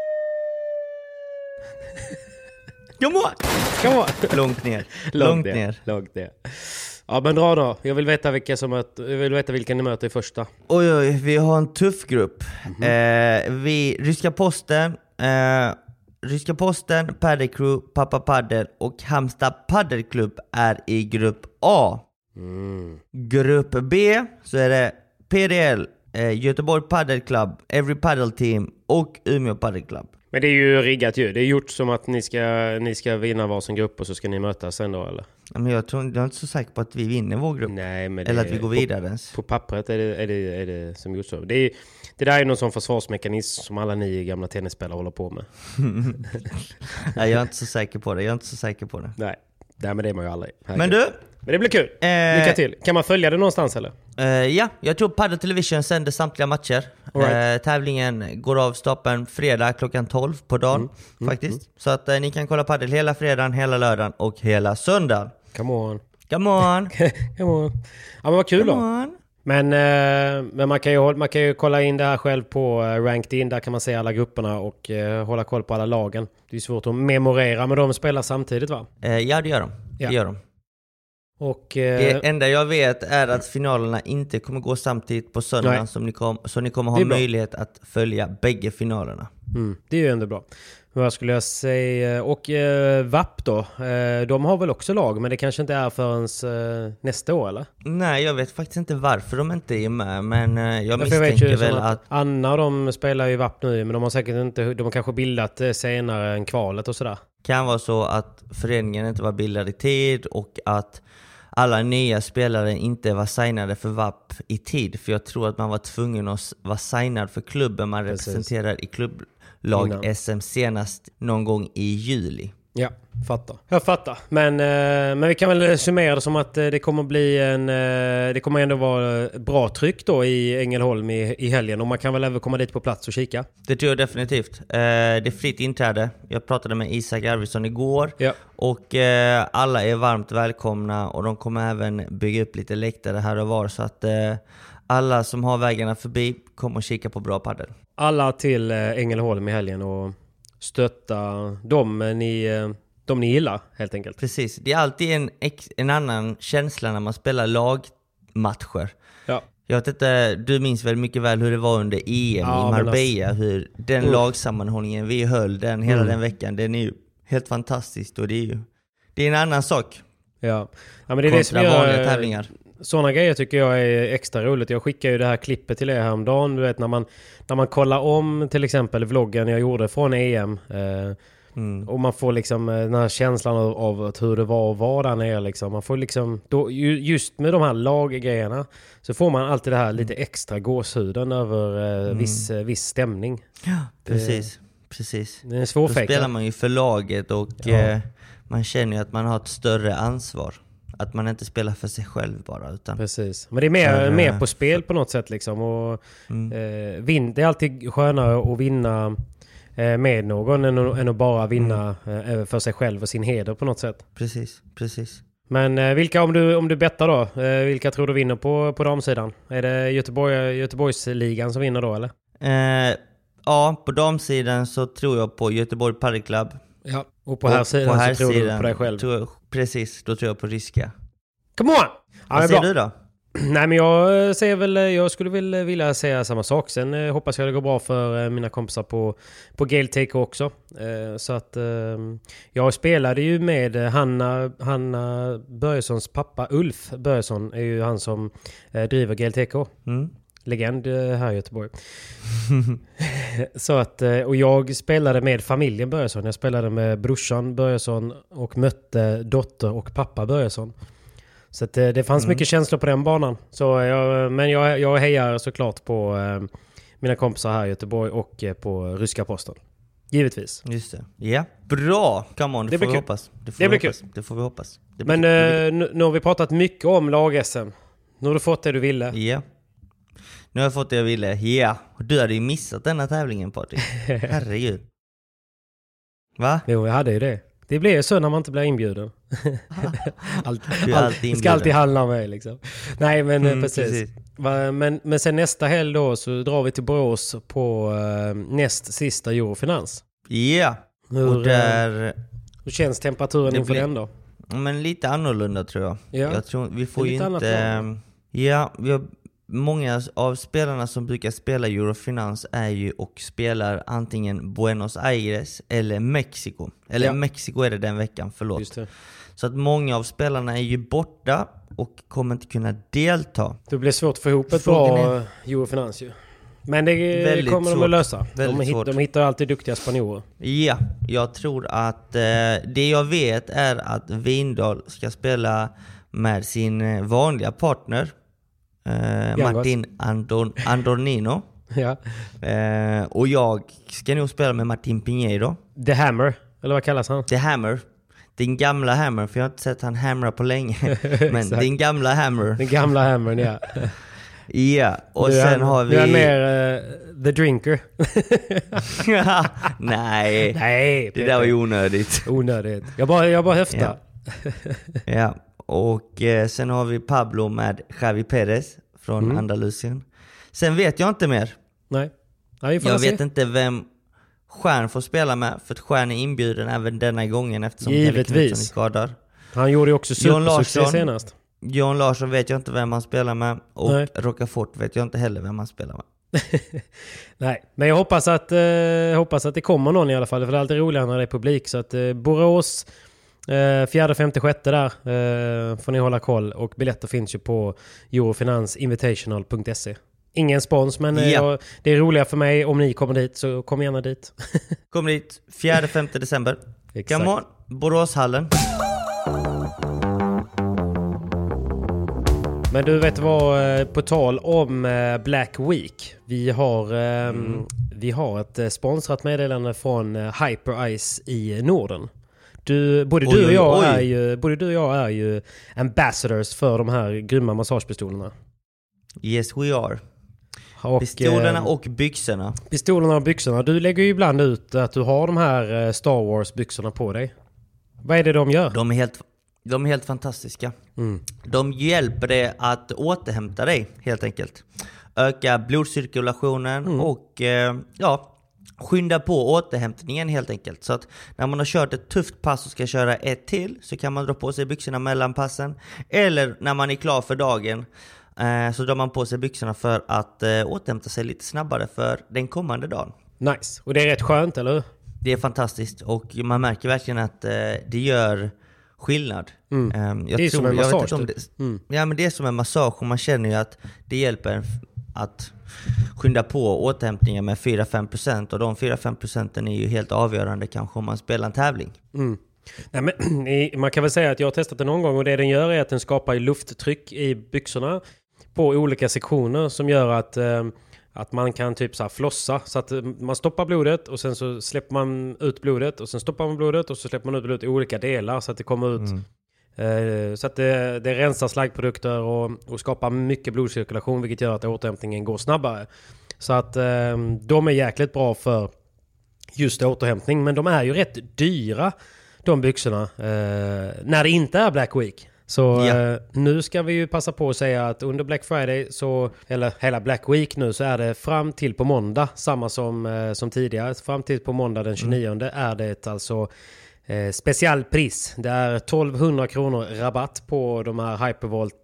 S4: Come on!
S5: Come on!
S4: Långt ner.
S5: Långt,
S4: Långt
S5: ner.
S4: ner.
S5: Långt ner. Ja, men dra då. Jag vill veta vilka som möter, jag vill veta vilka ni möter i första.
S4: Oj, oj, vi har en tuff grupp. Mm-hmm. Eh, vi, Ryska Posten, eh, Ryska Posten, Padel Crew, Pappa Padel och Halmstad Padelklubb är i grupp A.
S5: Mm.
S4: Grupp B så är det P D L, eh, Göteborg Padel Club, Every Padel Team och Umeå Padel Club.
S5: Men det är ju riggat ju. Det är gjort som att ni ska, ni ska vinna varsin grupp och så ska ni mötas sen då, eller?
S4: Men jag, tror, jag är inte så säker på att vi vinner vår grupp.
S5: Nej, men
S4: eller
S5: det,
S4: att vi går vidare
S5: på,
S4: ens.
S5: På pappret är det, är det, är det som gjort så. Det, är, det där är någon sån försvarsmekanism som alla ni gamla tennisspelare håller på med.
S4: Nej, jag är inte så säker på det. Jag är inte så säker på det.
S5: Nej, Nej men det är man ju aldrig. Här
S4: men du...
S5: Men det blir kul. Eh, Lycka till. Kan man följa det någonstans eller?
S4: Eh, ja, jag tror Padel Television sänder samtliga matcher. Right. Eh, tävlingen går av stapeln fredag klockan tolv på dagen mm. Mm. faktiskt. Mm. Så att eh, ni kan kolla padel hela fredagen, hela lördagen och hela söndagen.
S5: Come on.
S4: Come on.
S5: Come on. Ja, men vad kul
S4: Come
S5: då.
S4: On.
S5: Men, eh, men man, kan ju, man kan ju kolla in det här själv på eh, Ranked In. Där kan man se alla grupperna och eh, hålla koll på alla lagen. Det är svårt att memorera, men de spelar samtidigt va?
S4: Eh, ja, det gör de.
S5: Ja.
S4: Det gör de.
S5: Och, eh,
S4: det enda jag vet är att finalerna inte kommer gå samtidigt på söndagen, som ni kom, så ni kommer ha möjlighet att följa bägge finalerna.
S5: Mm, det är ju ändå bra. Vad skulle jag säga? Och eh, V A P då? Eh, de har väl också lag, men det kanske inte är förrän eh, nästa år, eller?
S4: Nej, jag vet faktiskt inte varför de inte är med, men eh, jag Därför misstänker jag väl att... att...
S5: Anna, de spelar ju V A P nu, men de har säkert inte... De har kanske bildat eh, senare än kvalet och sådär.
S4: Kan vara så att föreningen inte var bildad i tid och att alla nya spelare inte var signade för V A P i tid. För jag tror att man var tvungen att vara signad för klubben man Precis. representerar i klubblag Innan. S M senast någon gång i juli.
S5: Ja, fattar. Jag fattar. Men, eh, men vi kan väl summera det som att eh, det kommer bli en... Eh, det kommer ändå vara bra tryck då i Ängelholm i, i helgen. Och man kan väl även komma dit på plats och kika.
S4: Det tror jag definitivt. Eh, det är fritt inträde. Jag pratade med Isak Arvidsson igår.
S5: Ja.
S4: Och eh, alla är varmt välkomna. Och de kommer även bygga upp lite läktare här och var. Så att eh, alla som har vägarna förbi kommer att kika på bra paddel.
S5: Alla till eh, Ängelholm i helgen och... stötta dem ni, de ni gillar helt enkelt.
S4: Precis, det är alltid en, ex, en annan känsla när man spelar lagmatcher.
S5: Ja.
S4: Jag vet inte, du minns väl mycket väl hur det var under E M ja, i Marbella, alltså, hur den mm. lagsammanhållningen vi höll den hela mm. den veckan, den är ju helt fantastiskt och det är ju det är en annan sak.
S5: Ja, ja men det är det som gör,
S4: vanliga tävlingar.
S5: Sådana grejer tycker jag är extra roligt. Jag skickar ju det här klippet till er häromdagen. Du vet när man, när man kollar om till exempel vloggen jag gjorde från E M. Eh, mm. Och man får liksom den här känslan av, av att hur det var att vara där nere. Liksom. Man får liksom, då, just med de här laggrejerna så får man alltid det här lite extra gåshuden över eh, mm. viss, viss stämning.
S4: Ja, precis. Det, precis.
S5: Det är en svår
S4: Då
S5: fäkt.
S4: spelar man ju för laget och ja. eh, man känner ju att man har ett större ansvar. Att man inte spelar för sig själv bara. Utan
S5: Precis. Men det är mer, för, mer på spel på något sätt. Liksom. Och, mm. eh, vin, det är alltid skönare att vinna eh, med någon än, än att bara vinna mm. eh, för sig själv och sin heder på något sätt.
S4: Precis, precis.
S5: Men eh, vilka, om du, om du bettar då, eh, vilka tror du vinner på, på damsidan? Är det Göteborg, Göteborgsligan som vinner då, eller?
S4: Eh, ja, på damsidan så tror jag på Göteborg Padel Club.
S5: Ja, och på här sidan så tror
S4: sidan,
S5: du på dig själv.
S4: Tror jag, precis, då tror jag på Ryska.
S5: Come on! Ja,
S4: vad säger du då?
S5: Nej, men jag säger väl, jag skulle väl vilja säga samma sak. Sen eh, hoppas jag det går bra för eh, mina kompisar på, på Gaeltaker också. Eh, så att eh, jag spelade ju med Hanna, Hanna Börjessons pappa Ulf Börjesson är ju han som eh, driver Gaeltaker. Mm. Legend här i Göteborg. Så att, och jag spelade med familjen Börjesson. Jag spelade med brorsan Börjesson och mötte dotter och pappa Börjesson. Så att det fanns mm. mycket känslor på den banan. Så jag, men jag, jag hejar såklart på eh, mina kompisar här i Göteborg och eh, på Ryska Posten. Givetvis.
S4: Just det. Ja, bra. Come on, det, det får vi hoppas. Det får
S5: det
S4: vi
S5: blir
S4: hoppas.
S5: kul.
S4: Det får vi hoppas. Det
S5: men eh, nu, nu har vi pratat mycket om lag-S M. Nu har du fått det du ville.
S4: Ja. Nu har jag fått det jag ville. Ja. Du hade ju missat denna tävlingen, Patrik. Herregud. Va?
S5: Jo, jag hade ju det. Det blir ju så när man inte blir inbjuden. allt,
S4: du är
S5: allt,
S4: alltid inbjuden.
S5: ska alltid handla om mig liksom. Nej, men
S4: mm,
S5: precis.
S4: precis.
S5: Men, men sen nästa helg då så drar vi till Borås på uh, näst sista Eurofinans.
S4: Ja. Yeah.
S5: Hur,
S4: och där...
S5: hur känns temperaturen inför
S4: blir...
S5: den då?
S4: Men lite annorlunda tror jag.
S5: Ja.
S4: Jag tror vi får ju inte... Ja, vi har... Många av spelarna som brukar spela Eurofinans är ju och spelar antingen Buenos Aires eller Mexiko. Eller ja. Mexiko är det den veckan, förlåt.
S5: Just det.
S4: Så att många av spelarna är ju borta och kommer inte kunna delta.
S5: Det blir svårt att få ihop ett bra är... Eurofinans ju. Men det Väldigt kommer de att lösa. De, hitt, de hittar alltid duktiga spanjorer.
S4: Ja, jag tror att eh, det jag vet är att Vindal ska spela med sin vanliga partner. Uh, Martin Andor, Andornino.
S5: Ja.
S4: uh, Och jag ska nog spela med Martin Pinheiro.
S5: The Hammer, eller vad kallas han?
S4: The Hammer. Din gamla Hammer, för jag har inte sett han hamra på länge. Men din gamla Hammer.
S5: Den gamla Hammern, ja.
S4: Ja, och nu sen
S5: han,
S4: har vi...
S5: Nu är han mer uh, The Drinker.
S4: Nej,
S5: Nej
S4: det där var ju onödigt.
S5: Onödigt. Jag bara, jag bara höftar.
S4: Ja. Ja. Och eh, sen har vi Pablo med Javi Perez från mm. Andalusien. Sen vet jag inte mer.
S5: Nej. Nej,
S4: jag
S5: se.
S4: vet inte vem Stjärn får spela med. För att Stjärn är inbjuden även denna gången eftersom
S5: Givetvis.
S4: är skadad.
S5: Han gjorde ju också supersuccé senast.
S4: John Larsson vet jag inte vem han spelar med. Och Nej. Rocafort vet jag inte heller vem han spelar med.
S5: Nej, men jag hoppas att, eh, hoppas att det kommer någon i alla fall. För det är alltid roligare när det är publik. Så att eh, Borås... Uh, fjärde, femte, sjätte där uh, får ni hålla koll. Och biljetter finns ju på eurofinansinvitational punkt se. Ingen spons, men uh, ja. jag, det är roligare för mig om ni kommer dit, så kom gärna dit.
S4: Kom dit, fjärde, femte december. Come on, Boråshallen.
S5: Men du vet vad, på tal om Black Week. Vi har, um, mm. vi har ett sponsrat meddelande från Hyperice i Norden. Du, både, oj, du och jag oj. är ju, både du och jag är ju ambassadors för de här grymma massagepistolerna.
S4: Yes, we are.
S5: Och,
S4: pistolerna eh, och byxorna.
S5: Pistolerna och byxorna. Du lägger ju ibland ut att du har de här Star Wars-byxorna på dig. Vad är det de gör?
S4: De är helt, de är helt fantastiska. Mm. De hjälper dig att återhämta dig, helt enkelt. Öka blodcirkulationen mm. och eh, ja... skynda på återhämtningen helt enkelt. Så att när man har kört ett tufft pass och ska köra ett till så kan man dra på sig byxorna mellan passen. Eller när man är klar för dagen eh, så drar man på sig byxorna för att eh, återhämta sig lite snabbare för den kommande dagen.
S5: Nice. Och det är rätt skönt, eller hur?
S4: Det är fantastiskt och man märker verkligen att eh, det gör skillnad.
S5: Mm.
S4: Um, jag
S5: det är
S4: tror,
S5: som en massage.
S4: Jag vet det, mm. Ja, men det är som en massage och man känner ju att det hjälper att skynda på återhämtningen med fyra till fem procent och de fyra till fem procenten är ju helt avgörande kanske om man spelar en tävling.
S5: Mm. Nej, men, man kan väl säga att jag har testat det någon gång och det den gör är att den skapar lufttryck i byxorna på olika sektioner som gör att, eh, att man kan typ så här flossa så att man stoppar blodet och sen så släpper man ut blodet och sen stoppar man blodet och så släpper man ut blodet i olika delar så att det kommer ut mm. Så att det, det rensar slaggprodukter och, och skapar mycket blodcirkulation, vilket gör att återhämtningen går snabbare. Så att de är jäkligt bra för just återhämtning. Men de är ju rätt dyra, de byxorna, när det inte är Black Week. Så ja. Nu ska vi ju passa på att säga att under Black Friday, så, eller hela Black Week nu, så är det fram till på måndag, samma som, som tidigare. Fram till på måndag den tjugonionde mm. är det alltså Eh, specialpris. Det är tolvhundra kronor rabatt på de här Hypervolt eh,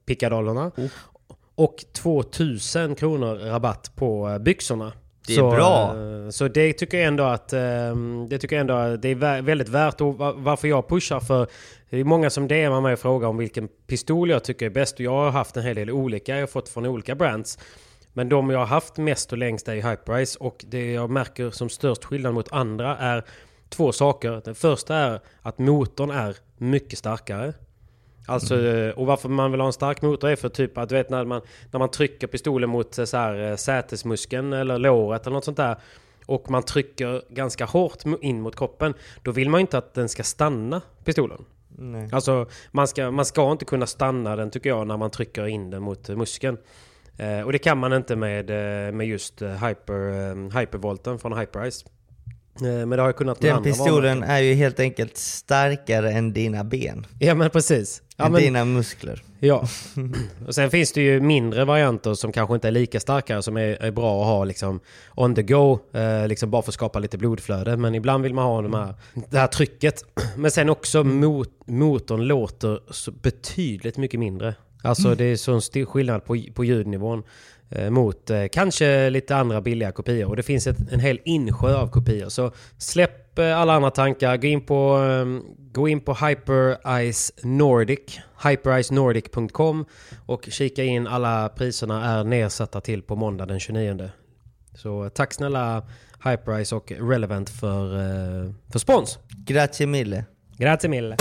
S5: pickadollarna. Oh. Och tvåtusen kronor rabatt på byxorna.
S4: Det är
S5: så,
S4: bra.
S5: Så det tycker jag ändå att det tycker jag ändå att det är väldigt värt. Och varför jag pushar, för det är många som D M:ar mig och frågar om vilken pistol jag tycker är bäst. Och jag har haft en hel del olika. Jag har fått från olika brands. Men de jag har haft mest och längst är Hyperice. Och det jag märker som störst skillnad mot andra är två saker. Den första är att motorn är mycket starkare. Alltså, mm. Och varför man vill ha en stark motor är för typ att du vet när man, när man trycker pistolen mot så här, sätesmuskeln eller låret eller något sånt där, och man trycker ganska hårt in mot kroppen, då vill man inte att den ska stanna, pistolen. Nej. Alltså man ska, man ska inte kunna stanna den, tycker jag, när man trycker in den mot muskeln. Eh, och det kan man inte med, med just hyper, eh, hypervolten från Hyperice. Men det har jag kunnat.
S4: Den pistolen är ju helt enkelt starkare än dina ben.
S5: Ja, men precis. Ja,
S4: än
S5: men,
S4: dina muskler.
S5: Ja. Och sen finns det ju mindre varianter som kanske inte är lika starka, som är, är bra att ha liksom on the go, eh, liksom bara för att skapa lite blodflöde. Men ibland vill man ha de här, det här trycket. Men sen också mot, motorn låter så betydligt mycket mindre. Alltså mm. det är sån stor skillnad på, på ljudnivån eh, mot eh, kanske lite andra billiga kopior. Och det finns ett, en hel insjö av kopior. Så släpp eh, alla andra tankar. Gå in på, eh, gå in på Hyperice Nordic, hyperice nordic punkt com, och kika in. Alla priserna är nedsatta till på måndag den tjugonionde. Så tack snälla Hyperice och Relevant för, eh, för spons.
S4: Grazie mille.
S5: Grazie mille.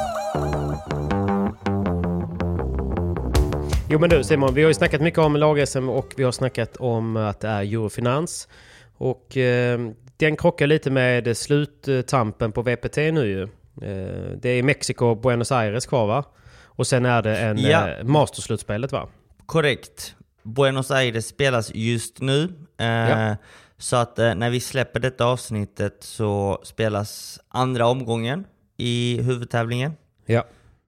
S5: Jo men du Simon, vi har ju snackat mycket om lag-S M och vi har snackat om att det är Eurofinans. Och eh, den krockar lite med sluttampen på V P T nu ju. Eh, det är Mexiko och Buenos Aires kvar, va? Och sen är det en ja. eh, masterslutspelet, va?
S4: Korrekt. Buenos Aires spelas just nu. Eh, ja. Så att eh, när vi släpper detta avsnittet så spelas andra omgången i huvudtävlingen.
S5: Ja.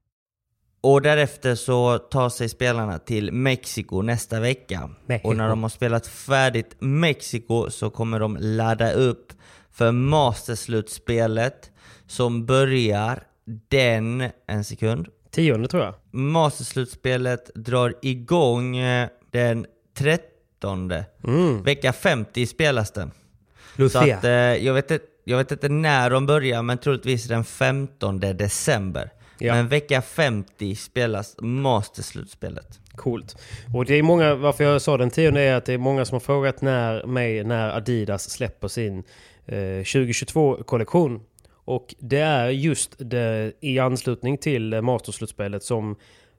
S4: Och därefter så tar sig spelarna till Mexiko nästa vecka. Mexiko. Och när de har spelat färdigt Mexiko så kommer de ladda upp för masterslutspelet som börjar den, en sekund.
S5: Tionde tror jag.
S4: Masterslutspelet drar igång den trettonde. Mm. Vecka femtio spelas den.
S5: Lucia.
S4: Så att, eh, jag, vet inte, jag vet inte när de börjar, men troligtvis den femtonde december. Ja. Men vecka femtio spelas masterslutspelet.
S5: Coolt. Och det är många, varför jag sa den tionde är att det är många som har frågat när, mig när Adidas släpper sin eh, tjugohundratjugotvå-kollektion. Och det är just det, i anslutning till masterslutspelet som,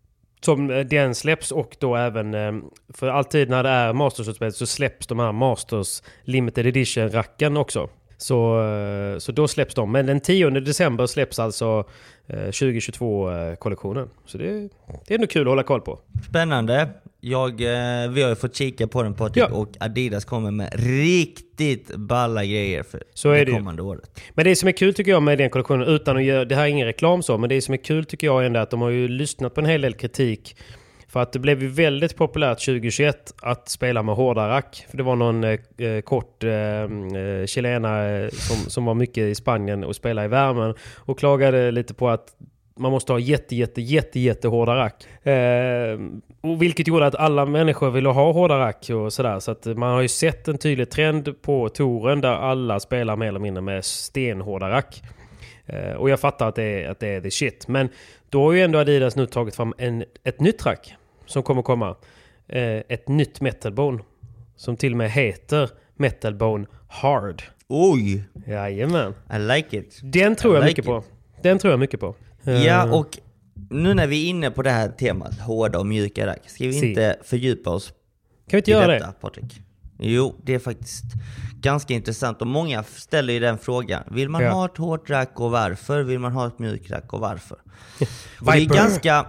S5: som den släpps, och då även, eh, för alltid när det är masterslutspelet så släpps de här Masters Limited Edition-racken också. Så, så då släpps de. Men den tionde december släpps alltså eh, tjugohundratjugotvå-kollektionen. Så det, det är ändå kul att hålla koll på.
S4: Spännande. Jag, eh, vi har ju fått kika på den, Patrik, ja. Och Adidas kommer med riktigt balla grejer för så det, är det kommande året.
S5: Men det som är kul tycker jag med den kollektionen, utan att göra, det här är ingen reklam så, men det som är kul tycker jag ändå att de har ju lyssnat på en hel del kritik. För att det blev ju väldigt populärt tjugohundratjugoett att spela med hårda rack. För det var någon eh, kort eh, chilena eh, som, som var mycket i Spanien och spelade i värmen. Och klagade lite på att man måste ha jätte, jätte, jätte, jätte hårda rack. Eh, och vilket gjorde att alla människor ville ha hårda rack och sådär. Så att man har ju sett en tydlig trend på touren där alla spelar mer eller mindre med stenhårda rack. Eh, och jag fattar att det är, att det är the shit. Men då har ju ändå Adidas nu tagit fram en, ett nytt rack som kommer komma. Eh, ett nytt Metalbone som till och med heter Metalbone Hard.
S4: Oj!
S5: Jajamän.
S4: I like it.
S5: Den tror
S4: I
S5: jag
S4: like
S5: mycket
S4: it.
S5: på. Den tror jag mycket på.
S4: Ja, och nu när vi är inne på det här temat, hårda och mjuka rack, ska vi si. inte fördjupa oss
S5: kan vi inte göra detta,
S4: det? Patrik? Jo, det är faktiskt ganska intressant och många ställer ju den frågan. Vill man ja. ha ett hårt rack och varför? Vill man ha ett mjukt rack och varför? Och det är ganska...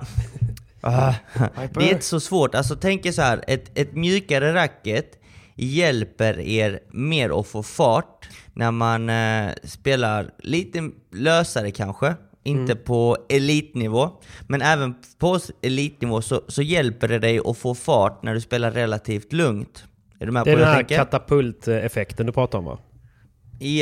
S4: Uh, det är inte så svårt. Alltså tänk er så här, ett, ett mjukare racket hjälper er mer att få fart när man uh, spelar lite lösare kanske. Inte mm. på elitnivå, men även på elitnivå så, så hjälper det dig att få fart när du spelar relativt lugnt. Är du med
S5: det är
S4: på
S5: den
S4: det
S5: här katapulteffekten du pratar om, va?
S4: Ja,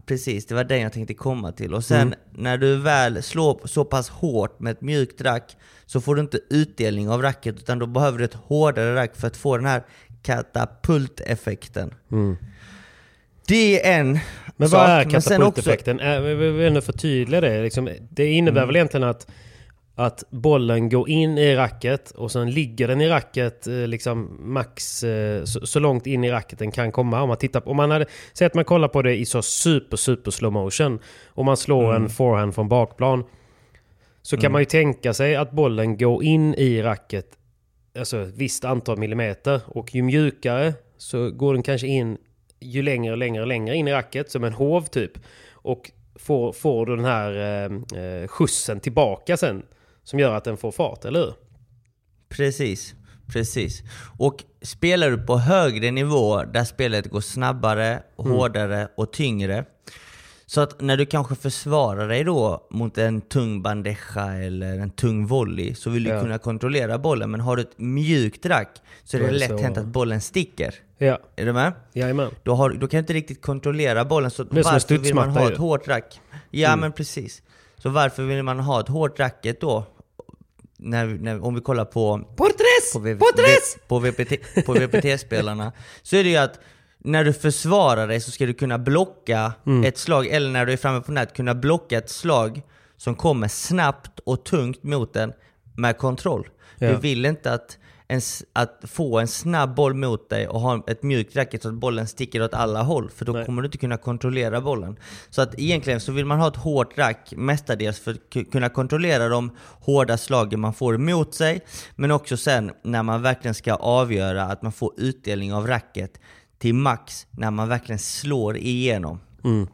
S4: precis. Det var den jag tänkte komma till. Och sen
S5: Mm.
S4: när du väl slår så pass hårt med ett mjukt rack så får du inte utdelning av racket, utan då behöver du ett hårdare rack för att få den här katapulteffekten.
S5: Mm.
S4: Det är en
S5: Men
S4: sak.
S5: vad är
S4: Men sen också-
S5: katapulteffekten? Äh, vi vill ändå förtydliga det. Liksom, det innebär
S4: Mm.
S5: väl egentligen att, att bollen går in i racket och sen ligger den i racket eh, liksom max eh, så, så långt in i racket den kan komma. Om man tittar på, om man hade, säg att man kollar på det i så super super slow motion och man slår
S4: Mm.
S5: en forehand från bakplan, så kan
S4: Mm.
S5: man ju tänka sig att bollen går in i racket alltså ett visst antal millimeter, och ju mjukare så går den kanske in ju längre och längre och längre in i racket som en hov typ, och får, får du den här eh, eh, skjutsen tillbaka sen som gör att den får fart, eller hur?
S4: Precis, precis. Och spelar du på högre nivå där spelet går snabbare, hårdare och tyngre, så att när du kanske försvarar dig då mot en tung bandeja eller en tung volley, så vill du
S5: Ja.
S4: kunna kontrollera bollen. Men har du ett mjukt rack så är
S5: Då
S4: det
S5: är det
S4: lätt
S5: så-
S4: hänt att bollen sticker.
S5: Ja,
S4: Är du med?
S5: jajamän.
S4: Då, har, då kan du inte riktigt kontrollera bollen. Så
S5: Det är som en
S4: varför vill man
S5: studsmatta
S4: ha
S5: ju.
S4: ett hårt rack? Ja,
S5: Mm.
S4: men precis. Så varför vill man ha ett hårt racket då? När, när, om vi kollar på
S5: Portres!
S4: på, v-
S5: Portres!
S4: v- på, V P T, på V P T-spelarna, så är det ju att när du försvarar dig så ska du kunna blocka
S5: Mm.
S4: ett slag, eller när du är framme på nät kunna blocka ett slag som kommer snabbt och tungt mot den med kontroll.
S5: Ja.
S4: Du vill inte att, en, s- att få en snabb boll mot dig och ha ett mjukt racket så att bollen sticker åt alla håll, för då
S5: Nej.
S4: kommer du inte kunna kontrollera bollen. Så att egentligen så vill man ha ett hårt rack mestadels för att ku- kunna kontrollera de hårda slagen man får emot sig, men också sen när man verkligen ska avgöra att man får utdelning av racket till max när man verkligen slår igenom.
S5: Mm.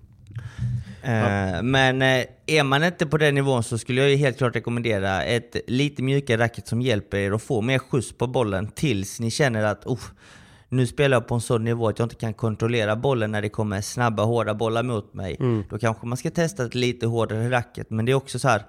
S4: Eh, Men eh, är man inte på den nivån så skulle jag ju helt klart rekommendera ett lite mjukare racket som hjälper er att få mer skjuts på bollen tills ni känner att oh, nu spelar jag på en sån nivå att jag inte kan kontrollera bollen när det kommer snabba, hårda bollar mot mig.
S5: Mm.
S4: Då kanske man ska testa ett lite hårdare racket. Men det är också så här,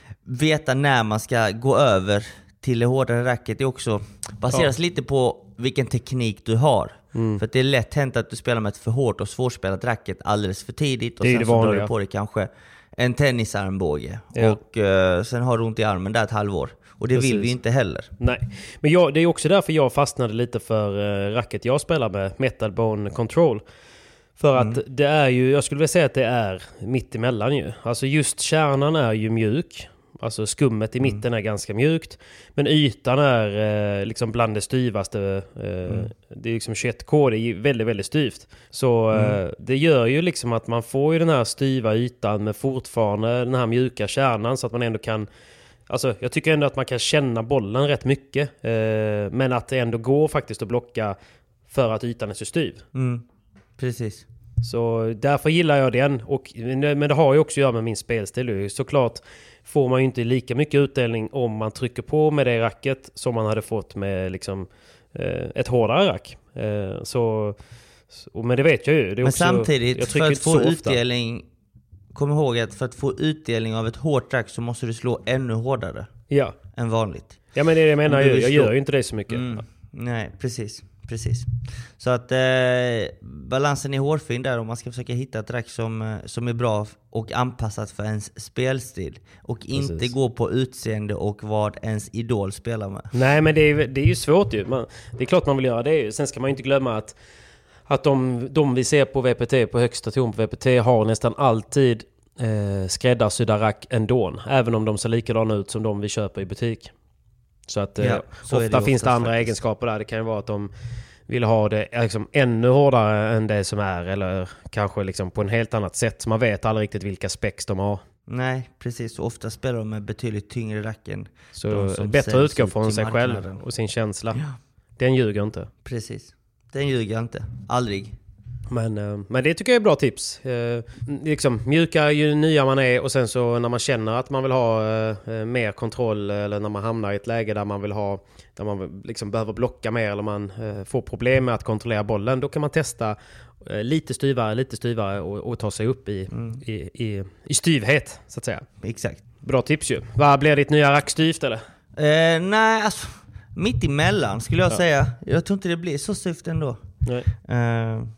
S4: veta när man ska gå över till det hårdare racket. Det är också baseras lite på vilken teknik du har.
S5: Mm.
S4: För att det är lätt hänt att du spelar med ett för hårt och svårspelat racket alldeles för tidigt. Och
S5: Det är
S4: sen
S5: det
S4: så drar
S5: vanliga.
S4: du på dig kanske en tennisarmbåge.
S5: Ja.
S4: Och uh, sen har du ont i armen där ett halvår. Och det
S5: Precis.
S4: vill vi inte heller.
S5: Nej, men jag, det är också därför jag fastnade lite för uh, racket jag spelar med, Metal Bone Control. För att
S4: Mm.
S5: det är ju, jag skulle vilja säga att det är mitt emellan ju. Alltså just kärnan är ju mjuk. Alltså skummet i mitten är ganska mjukt. Men ytan är eh, liksom bland det styvaste. Eh,
S4: Mm.
S5: Det är liksom tjugoett K, det är ju väldigt, väldigt styvt. Så eh,
S4: Mm.
S5: det gör ju liksom att man får ju den här styva ytan med fortfarande den här mjuka kärnan, så att man ändå kan... Alltså jag tycker ändå att man kan känna bollen rätt mycket. Eh, men att det ändå går faktiskt att blocka för att ytan är så styv.
S4: Mm. Precis.
S5: Så därför gillar jag den. Och, men det har ju också att göra med min spelstil. Såklart får man ju inte lika mycket utdelning om man trycker på med det racket som man hade fått med liksom, eh, ett hårdare rack. Eh, så, så, men det vet jag ju. Det är
S4: Men
S5: också,
S4: samtidigt,
S5: jag
S4: för
S5: trycker
S4: att
S5: inte
S4: få
S5: så ofta.
S4: utdelning, kom ihåg att för att få utdelning av ett hårt rack så måste du slå ännu hårdare
S5: Ja.
S4: än vanligt.
S5: ja, men det är det jag menar.
S4: Om du
S5: Jag,
S4: vill
S5: jag
S4: slå-
S5: gör ju inte det så mycket.
S4: Mm. Nej, precis. Precis. Så att eh, balansen är hårfin där om man ska försöka hitta ett rack som, eh, som är bra och anpassat för ens spelstil. Och inte
S5: Precis.
S4: gå på utseende och vad ens idol spelar med.
S5: Nej, men det är, det är ju svårt ju. Man, det är klart man vill göra det ju. Sen ska man ju inte glömma att, att de, de vi ser på V P T, på högsta ton på V P T, har nästan alltid eh, skräddarsydda rack ändå. Även om de ser likadana ut som de vi köper i butik. Så att eh,
S4: Ja, så är det
S5: ofta
S4: ju
S5: finns det
S4: oftast
S5: andra
S4: faktiskt.
S5: egenskaper där. Det kan ju vara att de vill ha det liksom ännu hårdare än det som är. Eller kanske liksom på en helt annat sätt. Så man vet aldrig riktigt vilka specs de har.
S4: Nej, precis. Och ofta spelar de med betydligt tyngre rack än
S5: Så
S4: de som
S5: bättre
S4: säljs
S5: utgå
S4: ut
S5: från
S4: till
S5: sig själv
S4: marknaden.
S5: och sin känsla.
S4: Ja,
S5: Den ljuger inte.
S4: precis. Den ljuger jag inte. Aldrig.
S5: Men, eh, men det tycker jag är bra tips. Eh, liksom, mjuka ju nya man är, och sen så när man känner att man vill ha eh, mer kontroll, eller när man hamnar i ett läge där man vill ha, där man liksom behöver blocka mer, eller man eh, får problem med att kontrollera bollen, då kan man testa eh, lite styvare, lite styvare och, och ta sig upp i,
S4: Mm.
S5: i, i, i styvhet, så att säga.
S4: Exakt.
S5: Bra tips ju. Vad blir ditt nya rack styvt eller?
S4: Eh, nej, alltså mitt emellan skulle jag
S5: Ja.
S4: säga. Jag tror inte det blir så styvt ändå.
S5: Nej.
S4: Eh,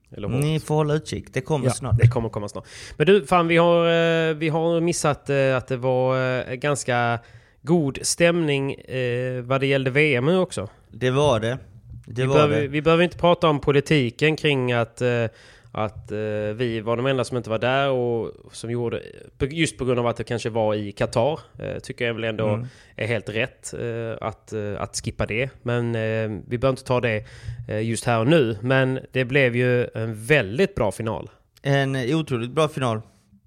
S5: Eller hårt.
S4: Ni får hålla utkik, det kommer
S5: ja,
S4: snart.
S5: det kommer komma snart. Men du, fan vi har, vi har missat att det var ganska god stämning eh, vad det gällde V M nu också.
S4: Det var det. det,
S5: vi,
S4: var
S5: behöver,
S4: det.
S5: vi behöver inte prata om politiken kring att, eh, att eh, vi var de enda som inte var där och som gjorde, just på grund av att det kanske var i Qatar, eh, tycker jag väl ändå mm. är helt rätt eh, att, eh, att skippa det. Men eh, vi behöver inte ta det eh, just här och nu. Men det blev ju en väldigt bra final.
S4: En otroligt bra final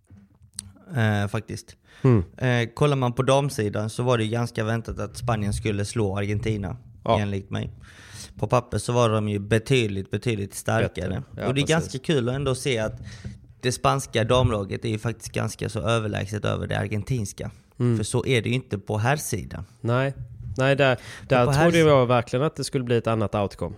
S4: eh, faktiskt.
S5: Mm.
S4: Eh, kollar man på damsidan så var det ganska väntat att Spanien skulle slå Argentina, ja. enligt mig. På papper så var de ju betydligt, betydligt starkare. Ja, och det är precis. ganska kul att ändå se att det spanska damlaget är ju faktiskt ganska så överlägset över det argentinska. Mm. För så är det ju inte på här sidan.
S5: Nej, Nej där, där trodde här... jag verkligen att det skulle bli ett annat outcome.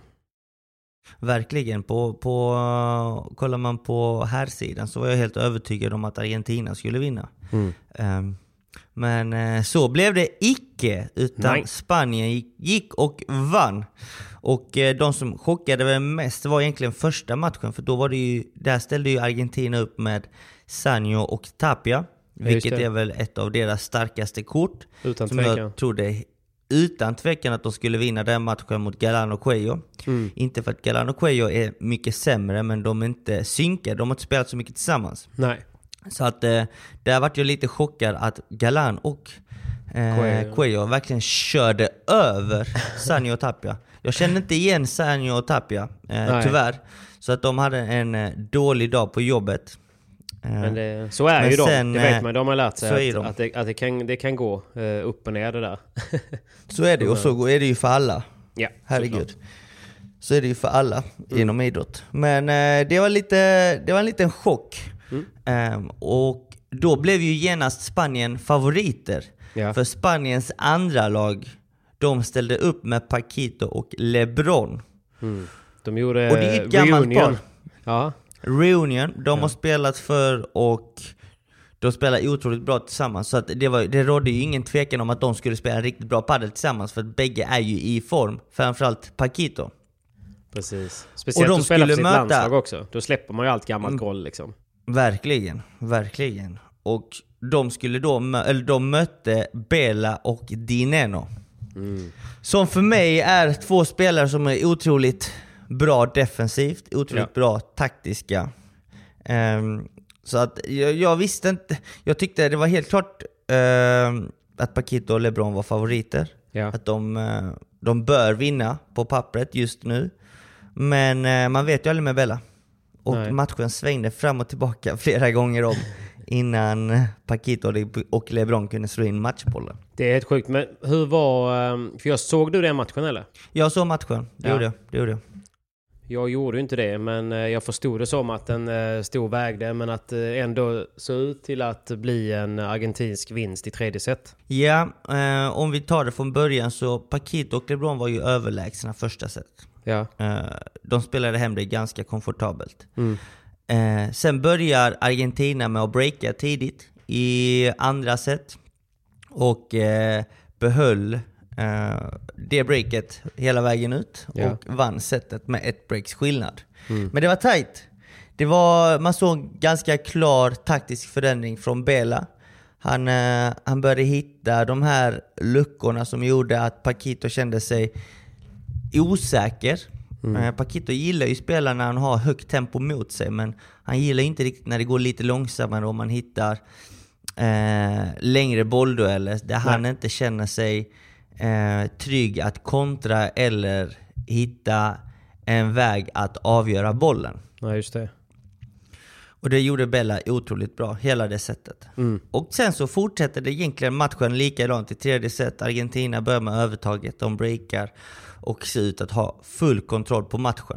S4: Verkligen. På, på, kollar man på här sidan så var jag helt övertygad om att Argentina skulle vinna.
S5: Mm.
S4: Um, men uh, så blev det icke, utan Nej. Spanien gick, gick och vann. Och uh, de som chockade väl mest var egentligen första matchen, för då var det ju, där ställde ju Argentina upp med Sancho och Tapia, vilket är väl ett av deras starkaste kort.
S5: Utan
S4: som
S5: tvekan.
S4: Jag trodde utan tvekan att de skulle vinna den matchen mot Galán och Cuello.
S5: Mm.
S4: Inte för att Galán och Cuello är mycket sämre, men de är inte synkade. De har inte spelat så mycket tillsammans.
S5: Nej.
S4: Så att eh, där vart jag lite chockad att Galán och eh, Cuello. Cuello verkligen körde över Sancho och Tapia. Jag kände inte igen Sancho och Tapia, eh, tyvärr. Så att de hade en eh, dålig dag på jobbet.
S5: Men det, så är
S4: Men
S5: ju
S4: sen,
S5: de, det vet man, de har lärt sig att,
S4: de.
S5: att, det, att det, kan, det kan gå uh, upp och ner det där.
S4: Så är det, och så är det ju för alla.
S5: Ja,
S4: herregud. Såklart. Så är det ju för alla mm. inom idrott. Men uh, det var lite, det var en liten chock. Mm. Um, och då blev ju genast Spanien favoriter.
S5: Ja.
S4: För Spaniens andra lag, de ställde upp med Paquito och LeBron.
S5: Mm. De gjorde
S4: och det är ett gammalt par.
S5: Ja.
S4: Reunion, de
S5: ja.
S4: har spelat för och de spelar otroligt bra tillsammans. Så att det, var, det rådde ju ingen tvekan om att de skulle spela en riktigt bra padel tillsammans, för att bägge är ju i form. Framförallt Paquito.
S5: Precis. Speciellt
S4: och de
S5: att spela för sitt
S4: möta...
S5: landslag också. Då släpper man ju allt gammalt groll liksom.
S4: Verkligen, verkligen. Och de skulle då mö- eller de mötte Bela och Dineno.
S5: Mm.
S4: Som för mig är två spelare som är otroligt bra defensivt, otroligt ja. bra taktiska. Um, så att jag, jag visste inte, jag tyckte det var helt klart uh, att Paquito och LeBron var favoriter.
S5: Ja.
S4: Att de, uh, de bör vinna på pappret just nu. Men uh, man vet ju aldrig med Bella. Och Nej. matchen svängde fram och tillbaka flera gånger om innan Paquito och LeBron kunde slå in matchbollen.
S5: Det är helt sjukt, men hur var... För jag såg du den matchen eller?
S4: Jag såg matchen, det,
S5: ja.
S4: gjorde, det gjorde jag.
S5: Jag gjorde inte det, men jag förstod det som att den stod vägde, men att ändå såg ut till att bli en argentinsk vinst i tredje set.
S4: Ja, eh, om vi tar det från början så Paquito och LeBron var ju överlägsna första set.
S5: Ja.
S4: Eh, de spelade hem det ganska komfortabelt.
S5: Mm.
S4: Eh, sen börjar Argentina med att breaka tidigt i andra set och eh, behöll Uh, det breaket hela vägen ut
S5: ja.
S4: och vann setet med ett breaks skillnad.
S5: Mm.
S4: Men det var tight. Det var, man såg ganska klar taktisk förändring från Bela. Han, uh, han började hitta de här luckorna som gjorde att Paquito kände sig osäker. Mm. Uh, Paquito gillar ju spela när han har högt tempo mot sig, men han gillar inte riktigt när det går lite långsammare och man hittar uh, längre bolldueller där Nej. han inte känner sig Eh, trygg att kontra eller hitta en väg att avgöra bollen.
S5: Ja, just det.
S4: Och det gjorde Bella otroligt bra, hela det sättet.
S5: Mm.
S4: Och sen så fortsätter det egentligen matchen likadant i tredje set. Argentina börjar med övertaget, de breakar och ser ut att ha full kontroll på matchen.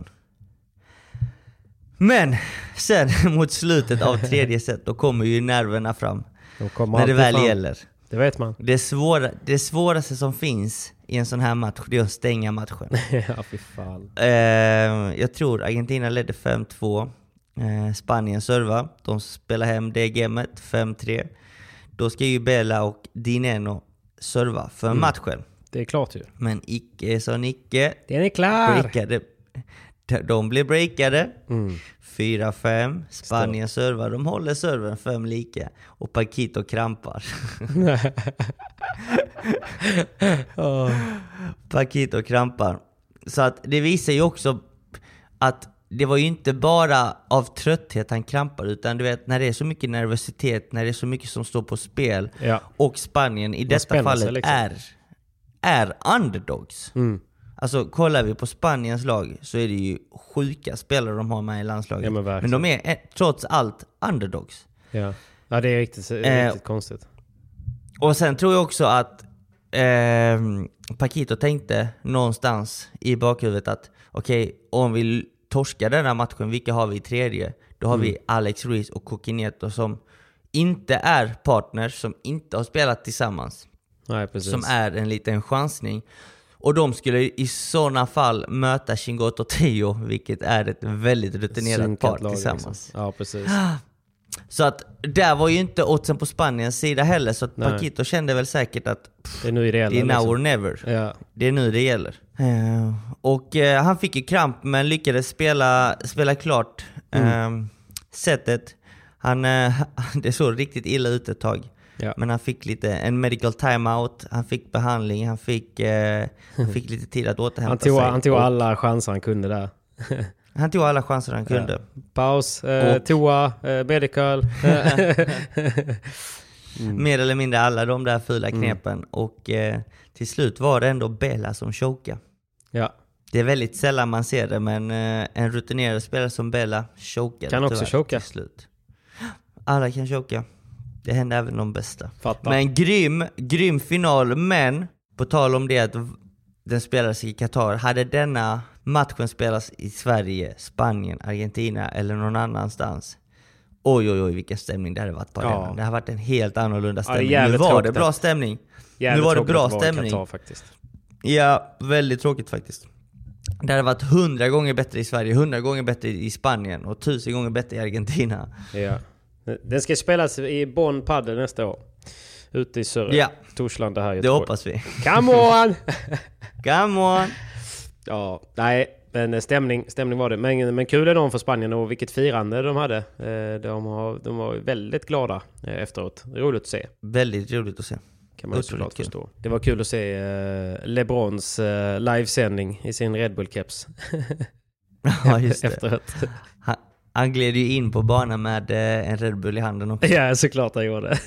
S4: Men sen mot slutet av tredje set då kommer ju nerverna fram. När det väl fram. gäller.
S5: Det vet man.
S4: Det, svåra, det svåraste som finns i en sån här match, det är att stänga matchen.
S5: Ja, fy fan.
S4: Eh, jag tror Argentina ledde fem två. Eh, Spanien serva. De spelar hem det gamet fem tre. Då ska ju Bela och Dineno serva för mm. matchen.
S5: Det är klart ju.
S4: Men icke så icke.
S5: Den är klar.
S4: Breakade, De blir breakade.
S5: Mm.
S4: fyra fem. Spanien servar. De håller servern fem lika. Och Paquito krampar.
S5: oh.
S4: Paquito krampar. Så att det visar ju också att det var ju inte bara av trötthet han krampar, utan du vet, när det är så mycket nervositet, när det är så mycket som står på spel,
S5: ja.
S4: och Spanien i detta fallet liksom. är, är underdogs.
S5: Mm.
S4: Alltså kollar vi på Spaniens lag så är det ju sjuka spelare de har med i landslaget. Ja, men, men de är eh, trots allt underdogs.
S5: Ja, ja det är riktigt, riktigt eh, konstigt.
S4: Och sen tror jag också att eh, Paquito tänkte någonstans i bakhuvudet att okej, okay, om vi torskar den här matchen, vilka har vi i tredje? Då har mm. vi Alex Ruiz och Coquineto som inte är partners, som inte har spelat tillsammans.
S5: Nej, precis.
S4: Som är en liten chansning. Och de skulle i sådana fall möta Chingoto Trio, vilket är ett väldigt rutinerat Synkat par lag, tillsammans.
S5: Liksom. Ja, precis.
S4: Så att där var ju inte oddsen på Spaniens sida heller. Så att Paquito kände väl säkert att pff,
S5: det är nu det gäller.
S4: Det är now
S5: liksom.
S4: or never.
S5: Ja.
S4: Det är nu det gäller. Uh, och uh, han fick ju kramp men lyckades spela, spela klart mm. uh, sättet. Han, uh, det såg riktigt illa ut ett tag. Ja. Men han fick lite en medical timeout, han fick behandling, han fick, uh, han fick lite tid att återhämta
S5: han tog,
S4: sig.
S5: Han tog alla chanser han kunde där.
S4: Han tog alla chanser han kunde.
S5: Ja. Paus, eh, och, toa, eh, medical. mm.
S4: Mer eller mindre alla de där fula knepen. Mm. Och eh, till slut var det ändå Bella som chokade.
S5: Ja.
S4: Det är väldigt sällan man ser det, men eh, en rutinerad spelare som Bella chokade.
S5: Kan också choka.
S4: Till slut. Alla kan choka. Det händer även de bästa.
S5: Fattar.
S4: Men grym, grym final. Men på tal om det att den spelades i Qatar, hade denna matchen spelas i Sverige, Spanien, Argentina eller någon annanstans. Oj, oj, oj, vilken stämning det hade varit på
S5: ja.
S4: den. Det har varit en helt annorlunda stämning.
S5: Ja,
S4: nu var
S5: tråkigt.
S4: det bra stämning.
S5: Jävligt
S4: nu var det bra
S5: var
S4: stämning.
S5: Qatar, faktiskt.
S4: Ja, väldigt tråkigt faktiskt. Det hade varit hundra gånger bättre i Sverige, hundra gånger bättre i Spanien och tusen gånger bättre i Argentina.
S5: Ja. Den ska spelas i Bonn Padel nästa år. Ute i södra
S4: ja.
S5: Torslanda här i
S4: Det hoppas vi.
S5: Come on!
S4: Come on!
S5: Ja, nej, men stämning, stämning var det. Men, men kul är de för Spanien och vilket firande de hade. De, har, de var väldigt glada efteråt. Roligt att se.
S4: Väldigt roligt att se.
S5: Kan man såklart förstå. Det var kul att se uh, LeBrons uh, livesändning i sin Red Bull-keps.
S4: Ja, just det.
S5: Efteråt.
S4: Han, han gled ju in på banan med uh, en Red Bull i handen också.
S5: Ja, såklart han gjorde.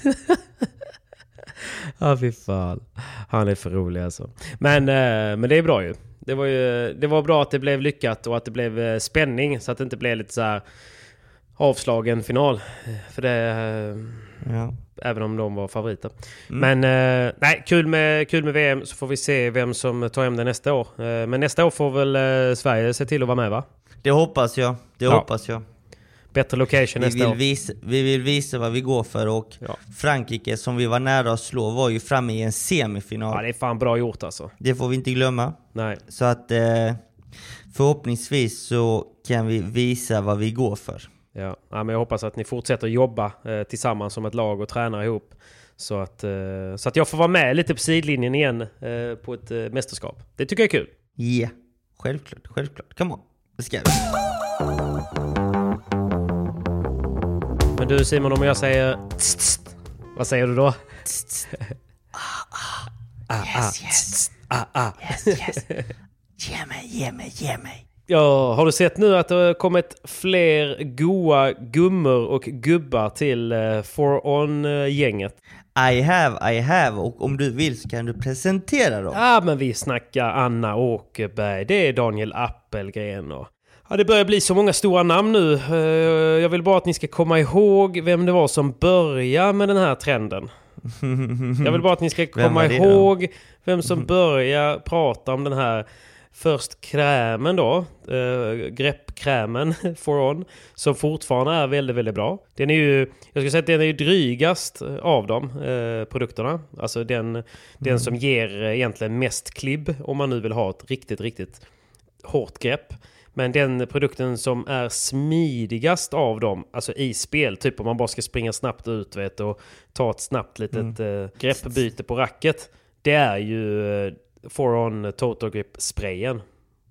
S5: Ja, fy fan. Han är för rolig alltså. Men, uh, men det är bra ju. Det var ju det var bra att det blev lyckat och att det blev uh, spänning så att det inte blev lite så här avslagen final. För det... Uh,
S4: ja.
S5: Även om de var favoriter. Mm. Men eh, nej, kul med, kul med V M. Så får vi se vem som tar hem det nästa år. Eh, men nästa år får väl eh, Sverige se till att vara med, va?
S4: Det hoppas jag. Det ja. hoppas jag.
S5: Bättre location
S4: vi
S5: nästa
S4: vill
S5: år.
S4: Visa, vi vill visa vad vi går för. Och ja. Frankrike som vi var nära att slå var ju framme i en semifinal.
S5: Ja, det är fan bra gjort alltså.
S4: Det får vi inte glömma.
S5: Nej.
S4: Så att eh, förhoppningsvis så kan vi visa vad vi går för.
S5: Ja. Ja, men jag hoppas att ni fortsätter jobba eh, tillsammans som ett lag och tränar ihop. Så att, eh, så att jag får vara med lite på sidlinjen igen eh, på ett eh, mästerskap. Det tycker jag är kul.
S4: Ja, yeah. självklart, självklart. Come on, det ska vi.
S5: Men du Simon, om jag säger tss, tss, vad säger du då?
S4: Tss, tss.
S5: Ah, ah.
S4: Yes, yes.
S5: Ah, ah.
S4: Yes, yes. Ge mig, ge mig, ge mig.
S5: Ja, har du sett nu att det har kommit fler goa gummor och gubbar till uh, For On-gänget?
S4: I have, I have. Och om du vill så kan du presentera dem.
S5: Ja, men vi snackar Anna Åkerberg. Det är Daniel Appelgren och... Ja, det börjar bli så många stora namn nu. Uh, jag vill bara att ni ska komma ihåg vem det var som började med den här trenden. Jag vill bara att ni ska komma ihåg vem som började prata om den här... Först krämen då, äh, greppkrämen For On, som fortfarande är väldigt, väldigt bra. Den är ju, jag ska säga att den är ju drygast av de äh, produkterna. Alltså den, mm. den som ger egentligen mest klibb om man nu vill ha ett riktigt, riktigt hårt grepp. Men den produkten som är smidigast av dem, alltså i spel, typ om man bara ska springa snabbt ut vet, och ta ett snabbt litet mm. äh, greppbyte på racket, det är ju... For On Total Grip sprayen.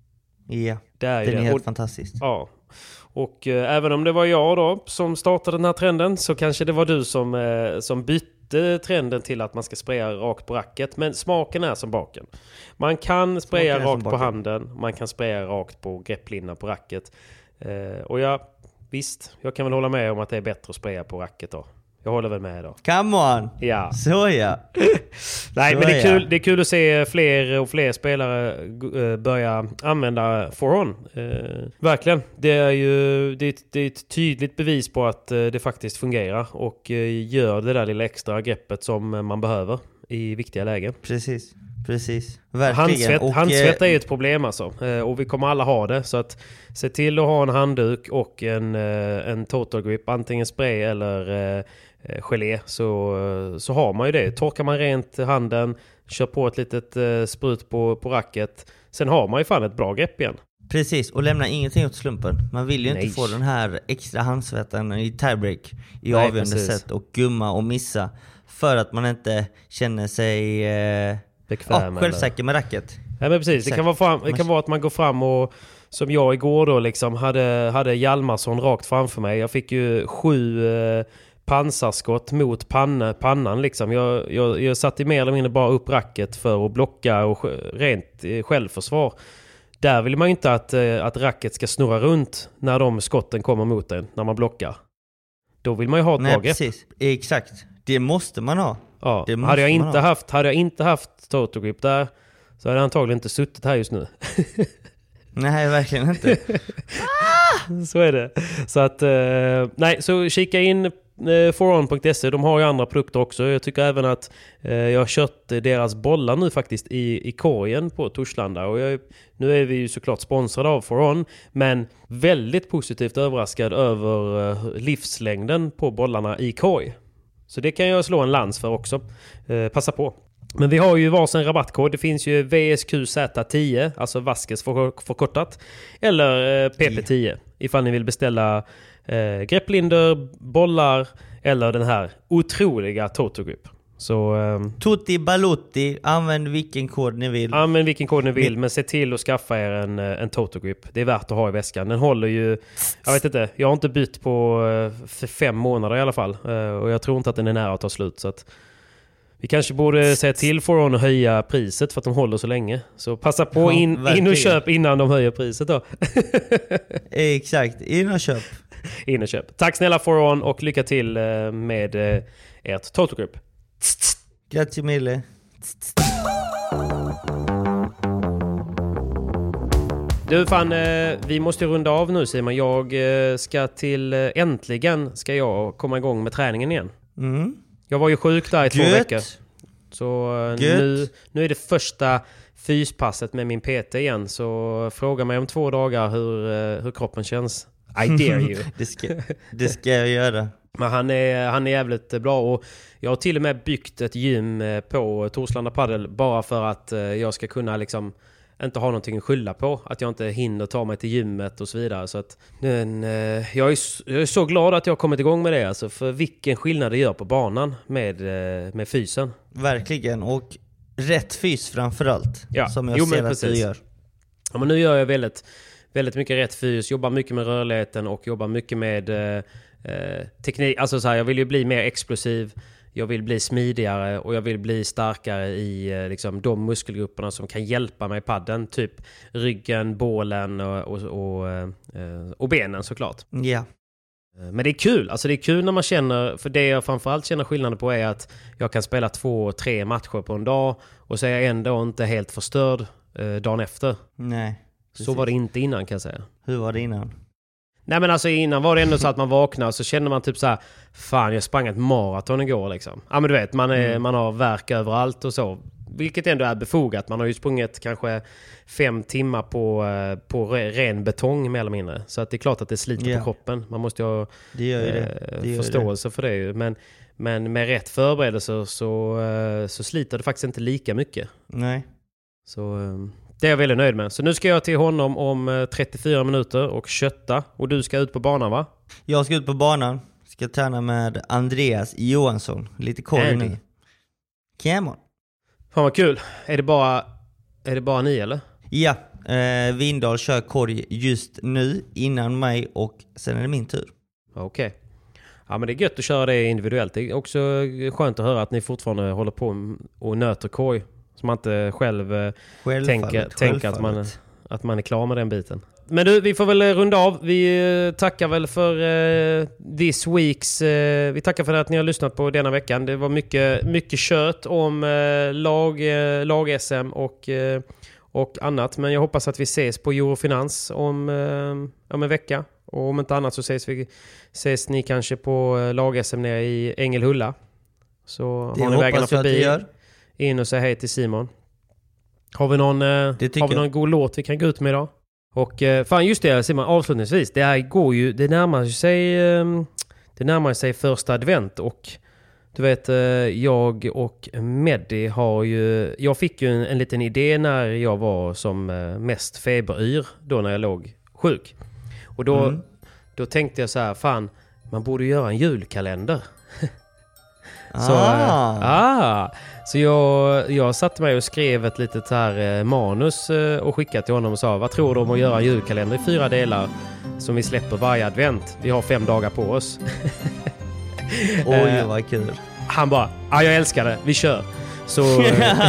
S4: Ja,
S5: det är
S4: den
S5: det.
S4: är helt
S5: och,
S4: fantastisk.
S5: Ja. Och eh, även om det var jag då som startade den här trenden, så kanske det var du som, eh, som bytte trenden till att man ska spraya rakt på racket. Men smaken är som baken. Man kan spraya rakt på handen, man kan spraya rakt på grepplinna på racket. Eh, och ja, visst, jag kan väl hålla med om att det är bättre att spraya på racket då. Jag håller väl med då.
S4: Come on!
S5: Ja.
S4: Så ja.
S5: Nej,
S4: Så
S5: men det är, kul,
S4: ja.
S5: det är kul att se fler och fler spelare uh, börja använda forehand. Uh, verkligen. Det är ju det är, ett, det är ett tydligt bevis på att uh, det faktiskt fungerar och uh, gör det där lilla extra greppet som uh, man behöver i viktiga lägen.
S4: Precis. Precis. Verkligen.
S5: Handsvett,
S4: och,
S5: handsvett är
S4: eh,
S5: ju ett problem alltså. Uh, och vi kommer alla ha det. Så att se till att ha en handduk och en, uh, en total grip. Antingen spray eller uh, gelé, så, så har man ju det. Torkar man rent handen, kör på ett litet uh, sprut på, på racket, sen har man ju fan ett bra grepp igen.
S4: Precis, och lämna ingenting åt slumpen. Man vill ju
S5: Nej.
S4: inte få den här extra handsvetten i tiebreak i
S5: Nej,
S4: avgörande
S5: precis.
S4: sätt och gumma och missa för att man inte känner sig eh,
S5: Bekväm
S4: ja, självsäker med racket.
S5: Ja, men precis. Det kan, vara fram, det kan vara att man går fram och, som jag igår då liksom, hade, hade Hjalmarsson rakt framför mig. Jag fick ju sju eh, pansarskott mot panna, pannan liksom. Jag, jag, jag satte mer eller mindre bara upp racket för att blocka och rent eh, självförsvar. Där vill man ju inte att, eh, att racket ska snurra runt när de skotten kommer mot en, när man blockar. Då vill man ju ha ett
S4: Nej,
S5: bra grepp.
S4: precis. Exakt. Det måste man ha.
S5: Ja.
S4: Det måste
S5: Hade, jag
S4: man
S5: inte
S4: ha.
S5: haft, hade jag inte haft total grip där, så hade jag antagligen inte suttit här just nu.
S4: Nej, verkligen inte.
S5: Så är det. Så att, eh, nej, så kika in eh, forehand punkt se. De har ju andra produkter också. Jag tycker även att eh, jag har kört deras bollar nu faktiskt i, i korgen på Torslanda. Och jag, nu är vi ju såklart sponsrade av forehand, men väldigt positivt överraskad över eh, livslängden på bollarna i korg. Så det kan jag slå en lans för också. Eh, passa på. Men vi har ju varsin rabattkod. Det finns ju V S Q Z tio, alltså Vasquez för, förkortat, eller eh, P P tio ifall ni vill beställa eh, grepplinder, bollar eller den här otroliga Total Grip. Så eh,
S4: Tutti Balutti, använd vilken kod ni vill.
S5: använd vilken kod ni vill, men se till att skaffa er en, en Total Grip. Det är värt att ha i väskan. Den håller ju, jag vet inte, jag har inte bytt på eh, för fem månader i alla fall. Eh, och jag tror inte att den är nära att ta slut, så att vi kanske borde säga till Forehand att höja priset för att de håller så länge. Så passa på
S4: Ja,
S5: in, in
S4: verkligen.
S5: och köp innan de höjer priset då.
S4: Exakt, in och köp.
S5: In och köp. Tack snälla Forehand och lycka till eh, med eh, ert Total Grip.
S4: Grazie mille.
S5: Du fan, eh, vi måste ju runda av nu Simon. Jag eh, ska till, eh, äntligen ska jag komma igång med träningen igen.
S4: Mm.
S5: Jag var ju sjuk där i två
S4: Gött.
S5: veckor. Så eh,
S4: Gött.
S5: nu, nu är det första fyspasset med min P T igen. Så fråga mig om två dagar hur, eh, hur kroppen känns. I dare you.
S4: det, ska, det ska jag göra.
S5: Men han är, han är jävligt bra, och jag har till och med byggt ett gym eh, på Torslanda Padel bara för att eh, jag ska kunna liksom inte ha någonting att skylla på. Att jag inte hinner ta mig till gymmet och så vidare. Så att, men, eh, jag, är, jag är så glad att jag har kommit igång med det. Alltså, för vilken skillnad det gör på banan med, eh, med fysen.
S4: Verkligen, och rätt fys framförallt.
S5: Ja.
S4: Som jag
S5: Jo,
S4: ser
S5: men
S4: att du
S5: precis.
S4: gör.
S5: Ja, men nu gör jag väldigt, väldigt mycket rätt fys. Jobbar mycket med rörligheten och jobbar mycket med eh, eh, teknik. Alltså så här, jag vill ju bli mer explosiv. Jag vill bli smidigare och jag vill bli starkare i eh, liksom, de muskelgrupperna som kan hjälpa mig i padden. Typ ryggen, bålen och, och, och, eh, och benen såklart.
S4: Ja.
S5: Men det är kul. Alltså det är kul när man känner, för det jag framförallt känner skillnaden på är att jag kan spela två, tre matcher på en dag och så är jag ändå inte helt förstörd eh, dagen efter.
S4: Nej. Precis.
S5: Så var det inte innan kan jag säga.
S4: Hur var det innan?
S5: Nej men alltså innan var det ändå så att man vaknar och så känner man typ så här: fan, jag sprang ett maraton igår liksom. Ja men du vet, man, är,
S4: Mm.
S5: man har värk överallt och så. Vilket ändå är befogat. Man har ju sprungit kanske fem timmar på, eh, på ren betong mer eller mindre. Så att det är klart att det sliter
S4: Ja.
S5: på kroppen. Man måste ju ha
S4: Det gör ju
S5: eh,
S4: det. det, gör
S5: förståelse det. för det ju. Men, men med rätt förberedelser så, eh, så sliter det faktiskt inte lika mycket.
S4: det. Nej.
S5: Så eh, det är jag väldigt nöjd med. Så nu ska jag till honom om eh, trettiofyra minuter och kötta. Och du ska ut på banan, va?
S4: Jag ska ut på banan. Ska träna med Andreas Johansson. Lite korg nu. Come on.
S5: Fan vad kul. Är det bara, är det bara ni eller?
S4: Ja, Eh, Vindal kör korg just nu innan mig och sen är det min tur.
S5: Okej. Okay. Ja, men det är gött att köra det individuellt. Det är också skönt att höra att ni fortfarande håller på och nöter korg. Så man inte själv eh, tänker, tänker att, man, att man är klar med den biten. Men du, vi får väl runda av. Vi tackar väl för uh, this weeks. Uh, vi tackar för att ni har lyssnat på denna veckan. Det var mycket, mycket kött om uh, lag, uh, lag-S M och, uh, och annat. Men jag hoppas att vi ses på Eurofinans om, uh, om en vecka. Och om inte annat så ses, vi, ses ni kanske på uh, lag-S M nere i Ängelhulla. Så
S4: det
S5: har ni vägarna förbi. In och säg hej till Simon. Har vi någon, uh, har vi någon god låt vi kan gå ut med idag? Och fan just det Simon, avslutningsvis, det här går ju, det närmar sig det närmar sig första advent och du vet, jag och Meddi har ju, jag fick ju en, en liten idé när jag var som mest feberyr då när jag låg sjuk. Och då, mm. då tänkte jag så här, fan, man borde göra en julkalender. Så, ah. ah, så jag, jag satte mig och skrev ett litet här manus och skickade till honom och sa, vad tror du om att göra en julkalender i fyra delar som vi släpper varje advent? Vi har fem dagar på oss.
S4: Oj, vad kul.
S5: Han bara, ja jag älskar det, vi kör. Så,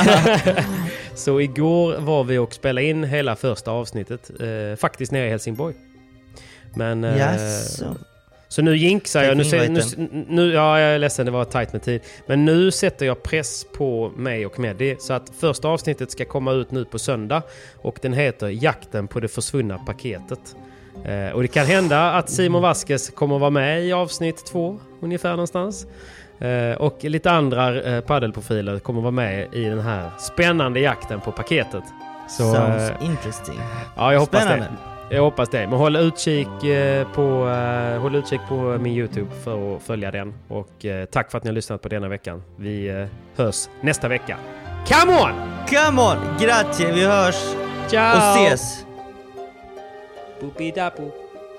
S5: så igår var vi och spelade in hela första avsnittet, eh, faktiskt nere i Helsingborg. Men...
S4: Yes.
S5: Eh, Så nu jinxar jag, nu, nu, nu, ja jag är ledsen, det var tajt med tid. Men nu sätter jag press på mig och Meddi så att första avsnittet ska komma ut nu på söndag. Och den heter Jakten på det försvunna paketet. Eh, och det kan hända att Simon Vasquez kommer att vara med i avsnitt två, ungefär någonstans. Eh, och lite andra eh, paddelprofiler kommer att vara med i den här spännande jakten på paketet.
S4: Så, Sounds eh, interesting.
S5: Ja, jag hoppas
S4: Spännande.
S5: det. Jag hoppas det. Men håll utkik på, uh, håll utkik på min YouTube för att följa den. Och uh, tack för att ni har lyssnat på denna veckan. Vi uh, hörs nästa vecka. Come on!
S4: Come on! Grazie, vi hörs.
S5: Ciao!
S4: Och ses.
S5: Boop-i-da-boop.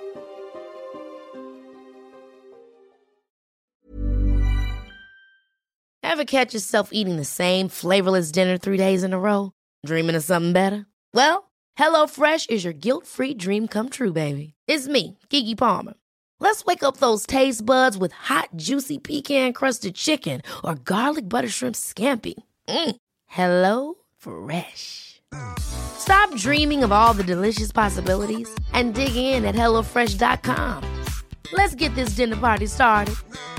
S3: Ever catch yourself eating the same flavorless dinner three days in a row? Dreaming of something better? Well, HelloFresh is your guilt-free dream come true, baby. It's me, Keke Palmer. Let's wake up those taste buds with hot, juicy pecan-crusted chicken or garlic butter shrimp scampi. Mm. Hello Fresh. Stop dreaming of all the delicious possibilities and dig in at hello fresh dot com. Let's get this dinner party started.